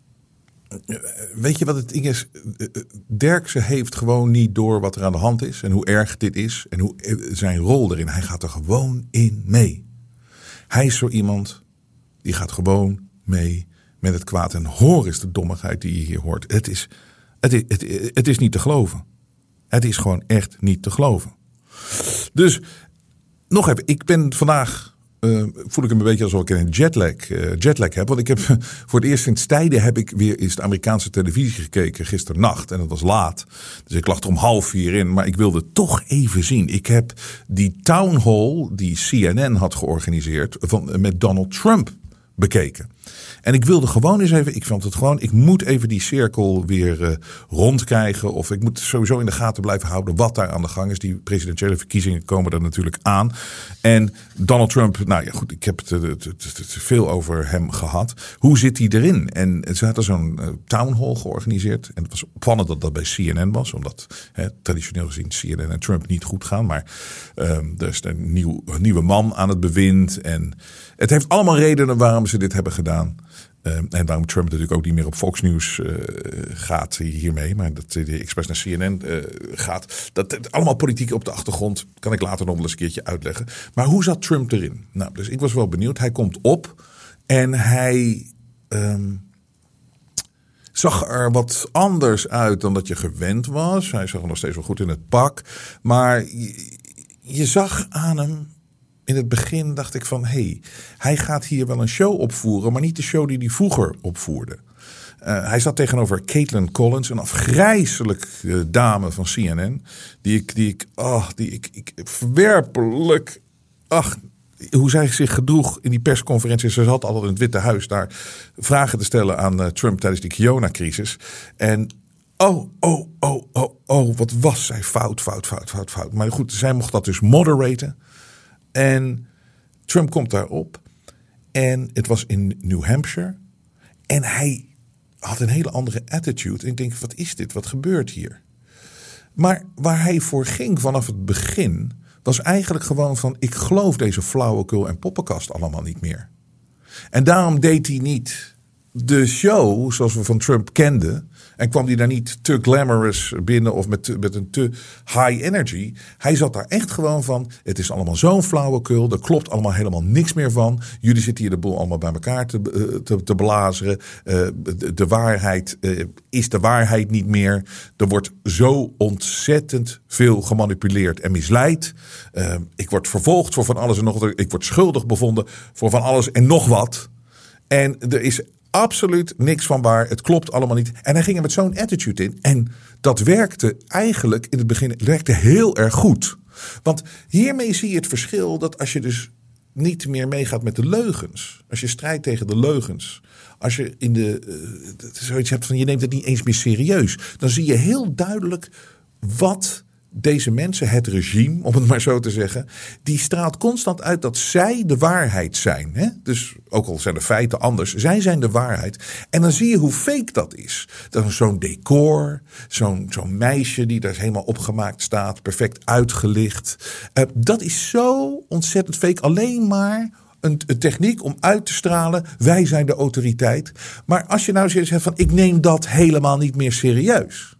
N: Weet je wat het ding is? Derksen heeft gewoon niet door wat er aan de hand is en hoe erg dit is en hoe zijn rol erin. Hij gaat er gewoon in mee. Hij is zo iemand die gaat gewoon mee met het kwaad. En hoor is de dommigheid die je hier hoort. Het is, het is, het, het is niet te geloven. Het is gewoon echt niet te geloven. Dus nog even, ik ben vandaag. Uh, voel ik hem een beetje alsof ik een jetlag, uh, jetlag heb. Want ik heb voor het eerst sinds tijden heb ik weer eens de Amerikaanse televisie gekeken gisternacht. En het was laat. Dus ik lag er om half vier in. Maar ik wilde toch even zien. Ik heb die town hall die C N N had georganiseerd van, met Donald Trump bekeken. En ik wilde gewoon eens even, ik vond het gewoon, ik moet even die cirkel weer uh, rondkrijgen. Of ik moet sowieso in de gaten blijven houden wat daar aan de gang is. Die presidentiële verkiezingen komen er natuurlijk aan. En Donald Trump, nou ja goed, ik heb het, het, het, het, het veel over hem gehad. Hoe zit hij erin? En ze hadden zo'n uh, town hall georganiseerd. En het was opvallend dat dat bij C N N was. Omdat hè, traditioneel gezien C N N en Trump niet goed gaan. Maar um, er is een, nieuw, een nieuwe man aan het bewind. En het heeft allemaal redenen waarom ze dit hebben gedaan. Uh, en waarom Trump natuurlijk ook niet meer op Fox News uh, gaat hiermee. Maar dat de expres naar C N N uh, gaat. Dat, dat allemaal politiek op de achtergrond. Kan ik later nog wel eens een keertje uitleggen. Maar hoe zat Trump erin? Nou, dus ik was wel benieuwd. Hij komt op. En hij um, zag er wat anders uit dan dat je gewend was. Hij zag er nog steeds wel goed in het pak. Maar je, je zag aan hem. In het begin dacht ik van, hé, hey, hij gaat hier wel een show opvoeren, maar niet de show die hij vroeger opvoerde. Uh, hij zat tegenover Caitlin Collins, een afgrijzelijk uh, dame van C N N, die ik, die ik, oh, die ik, ik verwerpelijk, ach, hoe zij zich gedroeg in die persconferentie. Ze zat altijd in het Witte Huis daar vragen te stellen aan uh, Trump tijdens die Kiona-crisis. En oh, oh, oh, oh, oh, wat was zij fout, fout, fout, fout, fout. Maar goed, zij mocht dat dus moderaten. En Trump komt daarop. En het was in New Hampshire. En hij had een hele andere attitude. En ik denk, wat is dit? Wat gebeurt hier? Maar waar hij voor ging vanaf het begin was eigenlijk gewoon van, ik geloof deze flauwekul en poppenkast allemaal niet meer. En daarom deed hij niet de show zoals we van Trump kenden. En kwam hij daar niet te glamorous binnen of met, met een te high energy. Hij zat daar echt gewoon van, het is allemaal zo'n flauwekul. Er klopt allemaal helemaal niks meer van. Jullie zitten hier de boel allemaal bij elkaar te, te, te belazeren. Uh, de, de waarheid uh, is de waarheid niet meer. Er wordt zo ontzettend veel gemanipuleerd en misleid. Uh, ik word vervolgd voor van alles en nog wat. Ik word schuldig bevonden voor van alles en nog wat. En er is absoluut niks van waar. Het klopt allemaal niet. En hij ging er met zo'n attitude in. En dat werkte eigenlijk in het begin werkte heel erg goed. Want hiermee zie je het verschil dat als je dus niet meer meegaat met de leugens. Als je strijdt tegen de leugens. Als je in de uh, zoiets hebt van je neemt het niet eens meer serieus. Dan zie je heel duidelijk wat deze mensen, het regime, om het maar zo te zeggen, die straalt constant uit dat zij de waarheid zijn. Hè? Dus ook al zijn de feiten anders, zij zijn de waarheid. En dan zie je hoe fake dat is. Dat is zo'n decor, zo'n, zo'n meisje die daar helemaal opgemaakt staat, perfect uitgelicht. Uh, dat is zo ontzettend fake. Alleen maar een, een techniek om uit te stralen, wij zijn de autoriteit. Maar als je nou zegt van, ik neem dat helemaal niet meer serieus,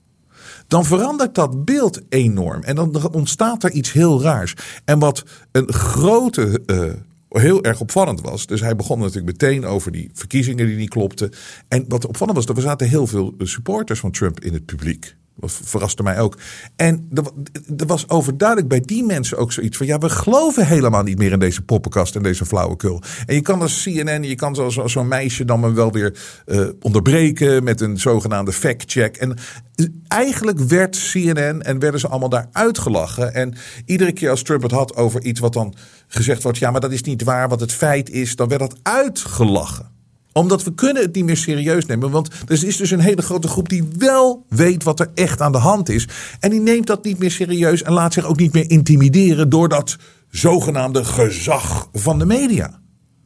N: dan verandert dat beeld enorm. En dan ontstaat er iets heel raars. En wat een grote, uh, heel erg opvallend was. Dus hij begon natuurlijk meteen over die verkiezingen die niet klopten. En wat opvallend was, er zaten heel veel supporters van Trump in het publiek. Dat verraste mij ook. En er, er was overduidelijk bij die mensen ook zoiets van, ja, we geloven helemaal niet meer in deze poppenkast en deze flauwekul. En je kan als C N N, je kan zoals zo, zo'n meisje dan maar wel weer uh, onderbreken met een zogenaamde fact-check. En eigenlijk werd C N N en werden ze allemaal daar uitgelachen. En iedere keer als Trump het had over iets wat dan gezegd wordt, ja, maar dat is niet waar, wat het feit is, dan werd dat uitgelachen. Omdat we kunnen het niet meer serieus nemen. Want er is dus een hele grote groep die wel weet wat er echt aan de hand is. En die neemt dat niet meer serieus en laat zich ook niet meer intimideren door dat zogenaamde gezag van de media.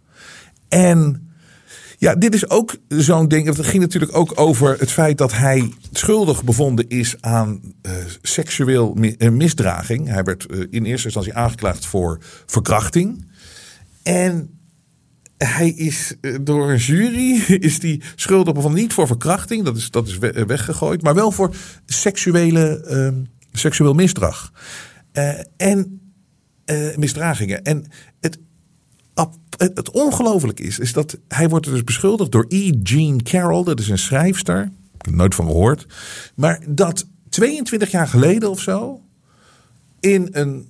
N: En ja, dit is ook zo'n ding. Het ging natuurlijk ook over het feit dat hij schuldig bevonden is aan uh, seksueel misdraging. Hij werd uh, in eerste instantie aangeklaagd voor verkrachting. En hij is door een jury is die schuldig bevonden, niet voor verkrachting, dat is, dat is weggegooid, maar wel voor seksuele, uh, seksueel misdrag. Uh, en uh, misdragingen. En het, het, het ongelooflijk is, is dat hij wordt dus beschuldigd door E. Jean Carroll, dat is een schrijfster, ik heb er nooit van gehoord, maar dat tweeëntwintig jaar geleden of zo in een,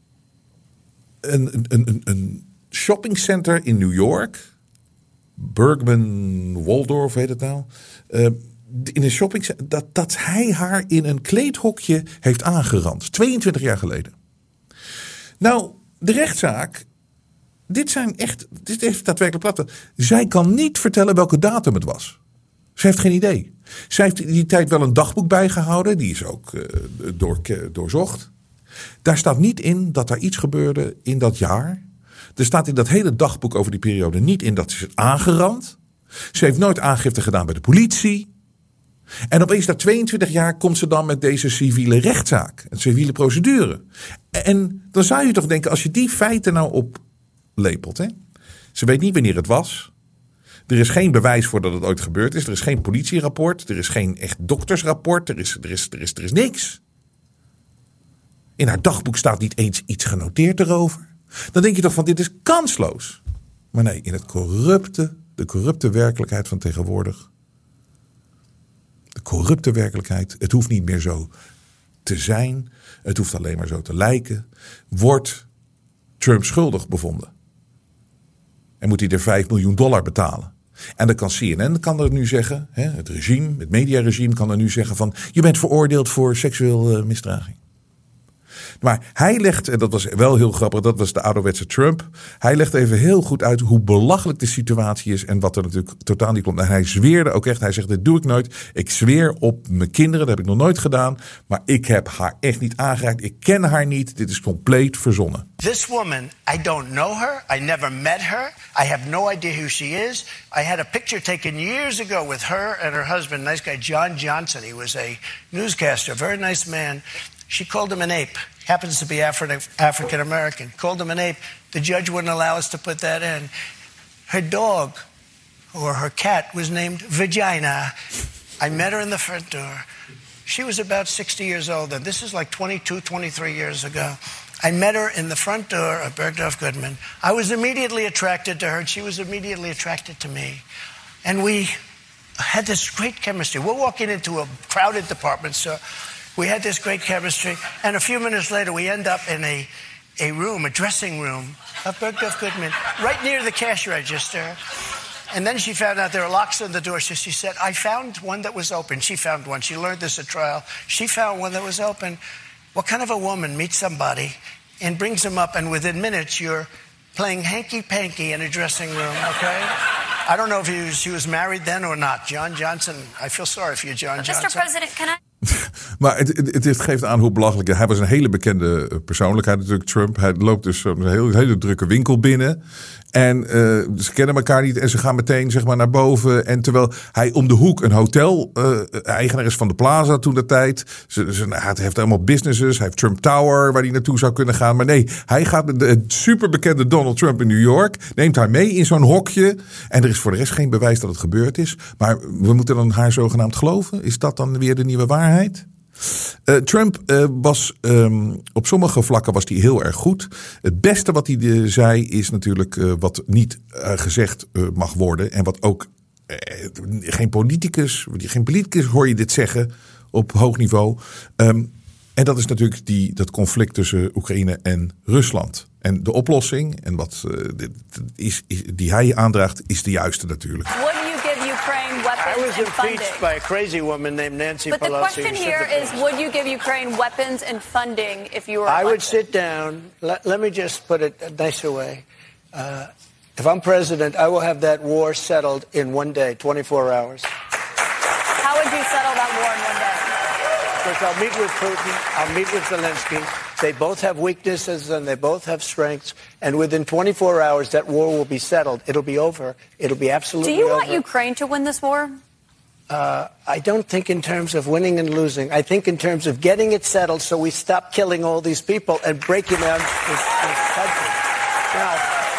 N: een, een, een, een shoppingcenter in New York, Bergman Waldorf heet het nou, uh, in een shoppingcenter, dat, dat hij haar in een kleedhokje heeft aangerand. tweeëntwintig jaar geleden. Nou, de rechtszaak dit zijn echt, dit is daadwerkelijk plat. Zij kan niet vertellen welke datum het was. Ze heeft geen idee. Zij heeft in die tijd wel een dagboek bijgehouden. Die is ook uh, door, doorzocht. Daar staat niet in dat er iets gebeurde in dat jaar. Er staat in dat hele dagboek over die periode niet in dat ze is aangerand. Ze heeft nooit aangifte gedaan bij de politie. En opeens na tweeëntwintig jaar komt ze dan met deze civiele rechtszaak. Een civiele procedure. En dan zou je toch denken, als je die feiten nou oplepelt. Hè? Ze weet niet wanneer het was. Er is geen bewijs voor dat het ooit gebeurd is. Er is geen politierapport. Er is geen echt doktersrapport. Er is, er is, er is, er is niks. In haar dagboek staat niet eens iets genoteerd erover. Dan denk je toch van, dit is kansloos. Maar nee, in het corrupte, de corrupte werkelijkheid van tegenwoordig. De corrupte werkelijkheid. Het hoeft niet meer zo te zijn. Het hoeft alleen maar zo te lijken. Wordt Trump schuldig bevonden. En moet hij er vijf miljoen dollar betalen. En dan kan C N N kan er nu zeggen, hè, het regime, het mediaregime kan er nu zeggen van, je bent veroordeeld voor seksueel uh, misdraging. Maar hij legt, en dat was wel heel grappig, dat was de ouderwetse Trump. Hij legt even heel goed uit hoe belachelijk de situatie is en wat er natuurlijk totaal niet klopt. En hij zweerde ook echt, hij zegt, dit doe ik nooit. Ik zweer op mijn kinderen, dat heb ik nog nooit gedaan. Maar ik heb haar echt niet aangeraakt. Ik ken haar niet. Dit is compleet verzonnen.
K: This woman, I don't know her. I never met her. I have no idea who she is. I had a picture taken years ago with her and her husband, nice guy John Johnson. He was a newscaster, very nice man. She called him an ape. Happens to be Afri- African American. Called him an ape. The judge wouldn't allow us to put that in. Her dog, or her cat, was named Vagina. I met her in the front door. She was about sixty years old, and this is like twenty-two, twenty-three years ago. I met her in the front door of Bergdorf Goodman. I was immediately attracted to her, and she was immediately attracted to me. And we had this great chemistry. We're walking into a crowded department store. We had this great chemistry, and a few minutes later, we end up in a, a room, a dressing room of Bergdorf Goodman, right near the cash register. And then she found out there were locks on the door, so she said, I found one that was open. She found one. She learned this at trial. She found one that was open. What kind of a woman meets somebody and brings them up, and within minutes, you're playing hanky-panky in a dressing room, okay? I don't know if he was, she was married then or not. John Johnson, I feel sorry for you, John Johnson.
B: Mister President, can I...
N: Maar het, het, het geeft aan hoe belachelijk. Hij was een hele bekende persoonlijkheid natuurlijk, Trump. Hij loopt dus een hele, hele drukke winkel binnen. En uh, ze kennen elkaar niet en ze gaan meteen zeg maar naar boven. En terwijl hij om de hoek een hotel-eigenaar uh, is van de Plaza toen de tijd. Ze, ze, hij heeft allemaal businesses. Hij heeft Trump Tower waar hij naartoe zou kunnen gaan. Maar nee, hij gaat met de superbekende Donald Trump in New York. Neemt haar mee in zo'n hokje. En er is voor de rest geen bewijs dat het gebeurd is. Maar we moeten dan haar zogenaamd geloven. Is dat dan weer de nieuwe waarheid? Uh, Trump uh, was um, op sommige vlakken was hij heel erg goed. Het beste wat hij uh, zei is natuurlijk uh, wat niet uh, gezegd uh, mag worden. En wat ook uh, geen politicus, geen politicus hoor je dit zeggen op hoog niveau. Um, en dat is natuurlijk die, dat conflict tussen Oekraïne en Rusland. En de oplossing, en wat uh, is, is, die hij aandraagt, is de juiste natuurlijk.
K: I was impeached by a crazy woman named Nancy
B: Pelosi. But the question here is, would you give Ukraine weapons and funding if you were elected?
K: I would sit down. Let, let me just put it a nicer way. Uh, if I'm president, I will have that war settled in one day, twenty-four hours.
B: How would you settle that war in one day?
K: Because I'll meet with Putin, I'll meet with Zelensky. They both have weaknesses and they both have strengths. And within twenty-four hours, that war will be settled. It'll be over. It'll be absolutely over.
B: Do you want over. Ukraine to win this war?
K: Uh, I don't think in terms of winning and losing. I think in terms of getting it settled so we stop killing all these people and breaking down this, this country. Now,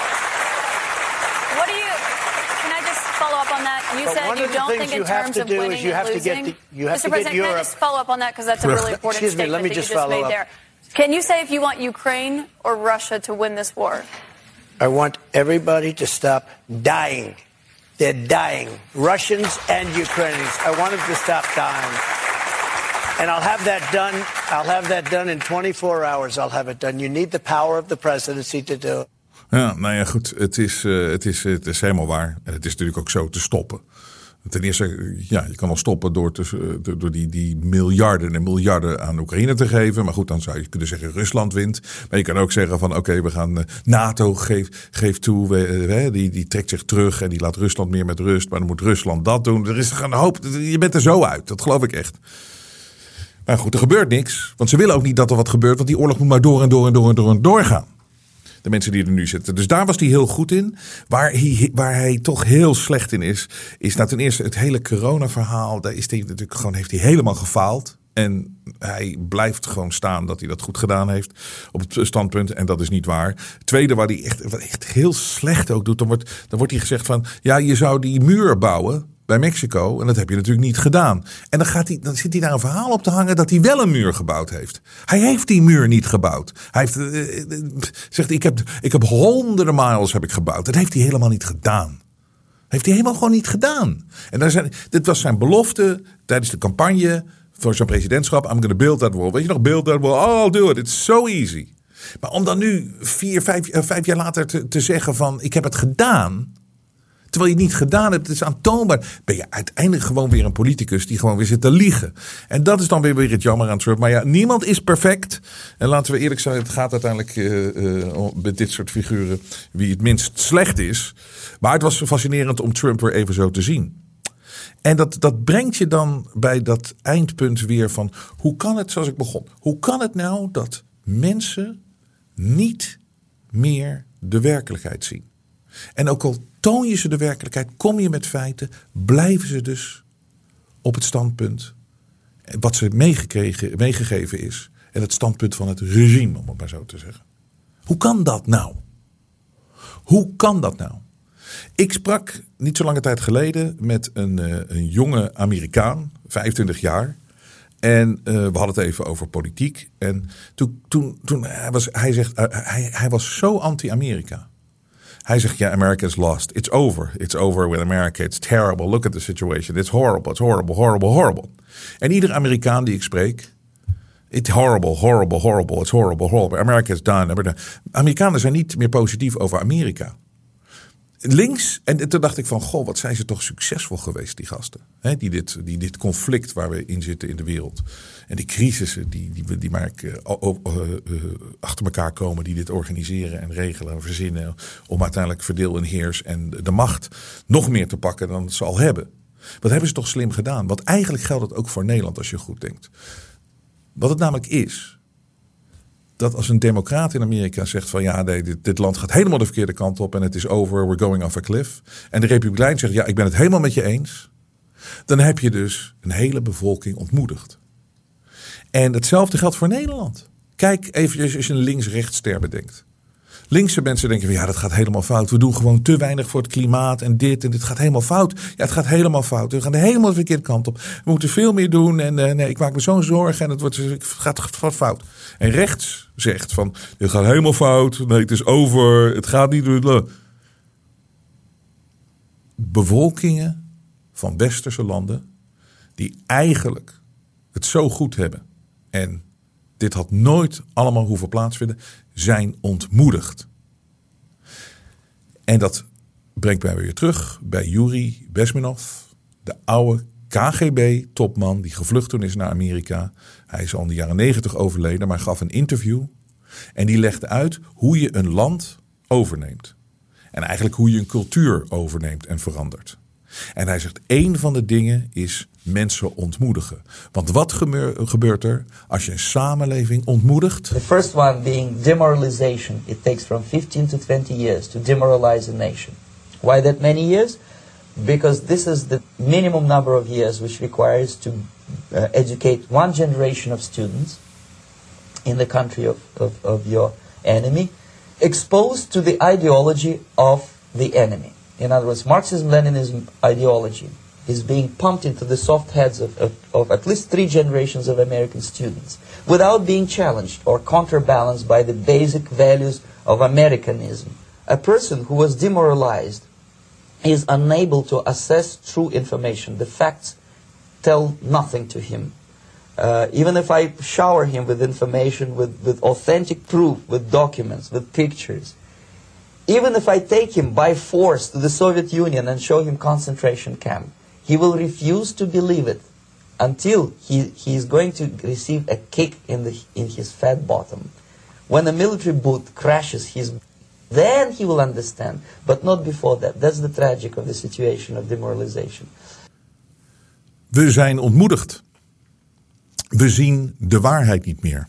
B: what do you, can I just follow up on that? You said you don't think in terms of winning and losing. Mister President, can I just follow up on that because that's a really important
K: Excuse me,
B: statement
K: let me
B: that
K: just
B: you just
K: follow
B: made
K: up.
B: there. Can you say if you want Ukraine or Russia to win this war?
K: I want everybody to stop dying. They're dying. Russians and Ukrainians. I want them to stop dying. And I'll have that done. I'll have that done in twenty-four hours. I'll have it done. You need the power of the presidency to do it.
N: Ja, nou ja, goed. Het is, uh, het is, het is helemaal waar. En het is natuurlijk ook zo te stoppen. Ten eerste, ja, je kan al stoppen door, te, door die, die miljarden en miljarden aan Oekraïne te geven. Maar goed, dan zou je kunnen zeggen Rusland wint. Maar je kan ook zeggen van oké, okay, we gaan NATO geeft geef toe. We, die, die trekt zich terug en die laat Rusland meer met rust. Maar dan moet Rusland dat doen. Er is een hoop. Je bent er zo uit. Dat geloof ik echt. Maar goed, er gebeurt niks. Want ze willen ook niet dat er wat gebeurt. Want die oorlog moet maar door en door en door en door en doorgaan. De mensen die er nu zitten. Dus daar was hij heel goed in. Waar hij, waar hij toch heel slecht in is. Is nou ten eerste het hele corona-verhaal. Daar is hij natuurlijk gewoon, heeft hij helemaal gefaald. En hij blijft gewoon staan dat hij dat goed gedaan heeft. Op het standpunt. En dat is niet waar. Het tweede waar hij echt, wat echt heel slecht ook doet. Dan wordt, dan wordt hij gezegd van. Ja, je zou die muur bouwen. Bij Mexico. En dat heb je natuurlijk niet gedaan. En dan, gaat hij, dan zit hij daar een verhaal op te hangen dat hij wel een muur gebouwd heeft. Hij heeft die muur niet gebouwd. Hij heeft, uh, zegt, ik heb, ik heb honderden miles heb ik gebouwd. Dat heeft hij helemaal niet gedaan. Heeft hij helemaal gewoon niet gedaan. En daar zijn, dit was zijn belofte tijdens de campagne voor zijn presidentschap. I'm gonna build that wall. Weet je nog, build that wall. Oh, I'll do it. It's so easy. Maar om dan nu vier, vijf, uh, vijf jaar later te, te zeggen van ik heb het gedaan. Terwijl je het niet gedaan hebt, het is aantoonbaar. Ben je uiteindelijk gewoon weer een politicus die gewoon weer zit te liegen. En dat is dan weer weer het jammer aan Trump. Maar ja, niemand is perfect. En laten we eerlijk zijn, het gaat uiteindelijk uh, uh, met dit soort figuren wie het minst slecht is. Maar het was fascinerend om Trump weer even zo te zien. En dat, dat brengt je dan bij dat eindpunt weer van hoe kan het, zoals ik begon. Hoe kan het nou dat mensen niet meer de werkelijkheid zien? En ook al toon je ze de werkelijkheid, kom je met feiten, blijven ze dus op het standpunt wat ze meegekregen, meegegeven is. En het standpunt van het regime, om het maar zo te zeggen. Hoe kan dat nou? Hoe kan dat nou? Ik sprak niet zo lange tijd geleden met een, uh, een jonge Amerikaan, vijfentwintig jaar. En uh, we hadden het even over politiek. En toen, toen, toen hij, was, hij zegt, uh, hij, hij was zo anti-Amerika. Hij zegt, ja, America is lost. It's over. It's over with America. It's terrible. Look at the situation. It's horrible. It's horrible, horrible, horrible. En ieder Amerikaan die ik spreek, it's horrible, horrible, horrible. It's horrible, horrible. America is done. Amerikanen zijn niet meer positief over Amerika. Links, en toen dacht ik van, goh, wat zijn ze toch succesvol geweest, die gasten. He, die, dit, die dit conflict waar we in zitten in de wereld. En die crisissen die, die, die maar uh, uh, uh, achter elkaar komen. Die dit organiseren en regelen en verzinnen. Om uiteindelijk verdeel en heers en de macht nog meer te pakken dan ze al hebben. Wat hebben ze toch slim gedaan. Want eigenlijk geldt het ook voor Nederland als je goed denkt. Wat het namelijk is. Dat als een democraat in Amerika zegt van ja, nee, dit, dit land gaat helemaal de verkeerde kant op en het is over, we're going off a cliff. En de republikein zegt ja, ik ben het helemaal met je eens. Dan heb je dus een hele bevolking ontmoedigd. En hetzelfde geldt voor Nederland. Kijk even als je een links-rechts-ster bedenkt. Linkse mensen denken van ja, dat gaat helemaal fout. We doen gewoon te weinig voor het klimaat en dit en dit gaat helemaal fout. Ja, het gaat helemaal fout. We gaan helemaal de verkeerde kant op. We moeten veel meer doen en uh, nee, ik maak me zo'n zorgen en het, wordt, het gaat, gaat fout. En rechts zegt van, het gaat helemaal fout. Nee, het is over. Het gaat niet door. Bevolkingen van westerse landen die eigenlijk het zo goed hebben en dit had nooit allemaal hoeven plaatsvinden, zijn ontmoedigd. En dat brengt mij weer terug bij Yuri Bezmenov, de oude K G B-topman die gevlucht toen is naar Amerika. Hij is al in de jaren negentig overleden, maar gaf een interview. En die legde uit hoe je een land overneemt. En eigenlijk hoe je een cultuur overneemt en verandert. En hij zegt, één van de dingen is mensen ontmoedigen. Want wat gebeurt er als je een samenleving ontmoedigt?
T: The first one being demoralization. It takes from fifteen to twenty years to demoralize a nation. Why that many years? Because this is the minimum number of years which requires to uh, educate one generation of students in the country of, of, of your enemy, exposed to the ideology of the enemy. In other words, Marxism-Leninism ideology is being pumped into the soft heads of, of, of at least three generations of American students without being challenged or counterbalanced by the basic values of Americanism. A person who was demoralized is unable to assess true information. The facts tell nothing to him. Uh, even if I shower him with information, with, with authentic proof, with documents, with pictures, even if I take him by force to the Soviet Union and show him concentration camp, he will refuse to believe it until he, he is going to receive a kick in, the, in his fat bottom. When a military boot crashes his, then he will understand, but not before that. That's the tragic of the situation of demoralization.
N: We zijn ontmoedigd. We zien de waarheid niet meer.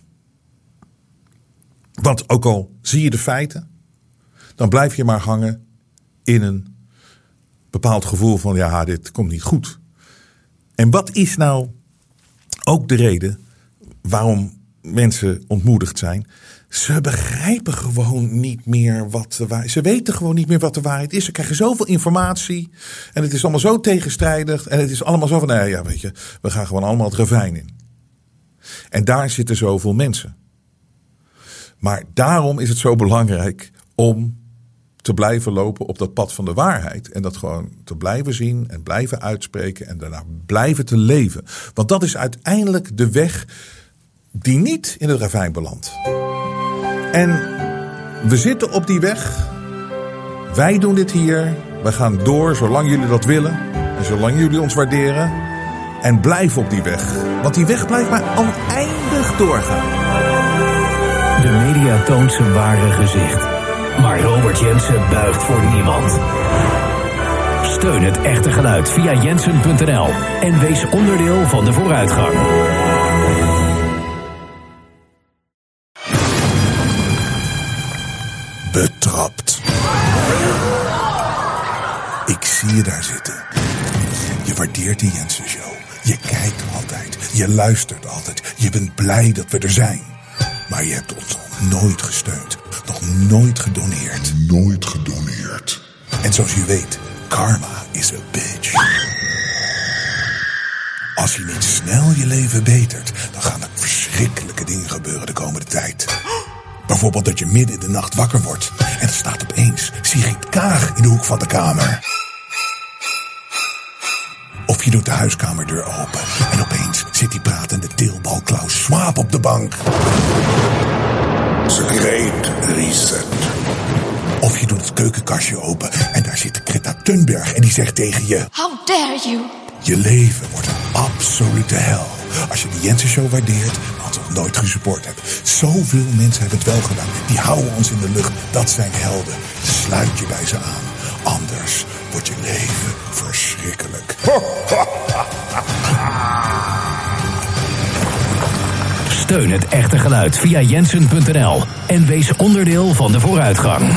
N: Want ook al zie je de feiten, dan blijf je maar hangen in een bepaald gevoel van ja, dit komt niet goed. En wat is nou ook de reden waarom mensen ontmoedigd zijn? Ze begrijpen gewoon niet meer wat de waarheid is. Ze weten gewoon niet meer wat de waarheid is. Ze krijgen zoveel informatie en het is allemaal zo tegenstrijdig en het is allemaal zo van, nou ja, weet je, we gaan gewoon allemaal het ravijn in. En daar zitten zoveel mensen. Maar daarom is het zo belangrijk om te blijven lopen op dat pad van de waarheid. En dat gewoon te blijven zien en blijven uitspreken en daarna blijven te leven. Want dat is uiteindelijk de weg die niet in het ravijn belandt. En we zitten op die weg. Wij doen dit hier. Wij gaan door zolang jullie dat willen. En zolang jullie ons waarderen. En blijf op die weg. Want die weg blijft maar oneindig doorgaan.
M: De media toont zijn ware gezicht. Maar Robert Jensen buigt voor niemand. Steun het echte geluid via jensen punt n l. En wees onderdeel van de vooruitgang.
N: Betrapt. Ik zie je daar zitten. Je waardeert de Jensen Show. Je kijkt altijd. Je luistert altijd. Je bent blij dat we er zijn. Maar je hebt ons nog nooit gesteund. Nog nooit gedoneerd. Nooit gedoneerd. En zoals je weet, karma is a bitch. Als je niet snel je leven betert, dan gaan er verschrikkelijke dingen gebeuren de komende tijd. Bijvoorbeeld dat je midden in de nacht wakker wordt en er staat opeens Sigrid Kaag in de hoek van de kamer. Of je doet de huiskamerdeur open en opeens zit die pratende teelbal Klaus Schwab op de bank. Great reset. Of je doet het keukenkastje open en daar zit Greta Thunberg en die zegt tegen je:
U: How dare you?
N: Je leven wordt een absolute hel. Als je de Jensen Show waardeert, want nog nooit gesupport hebt. Zoveel mensen hebben het wel gedaan. Die houden ons in de lucht. Dat zijn helden. Sluit je bij ze aan. Anders wordt je leven verschrikkelijk.
M: Steun het echte geluid via jensen punt n l. En wees onderdeel van de vooruitgang.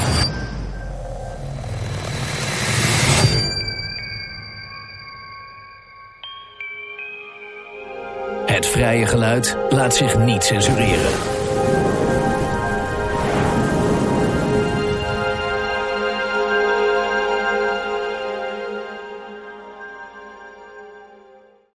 M: Het vrije geluid laat zich niet censureren.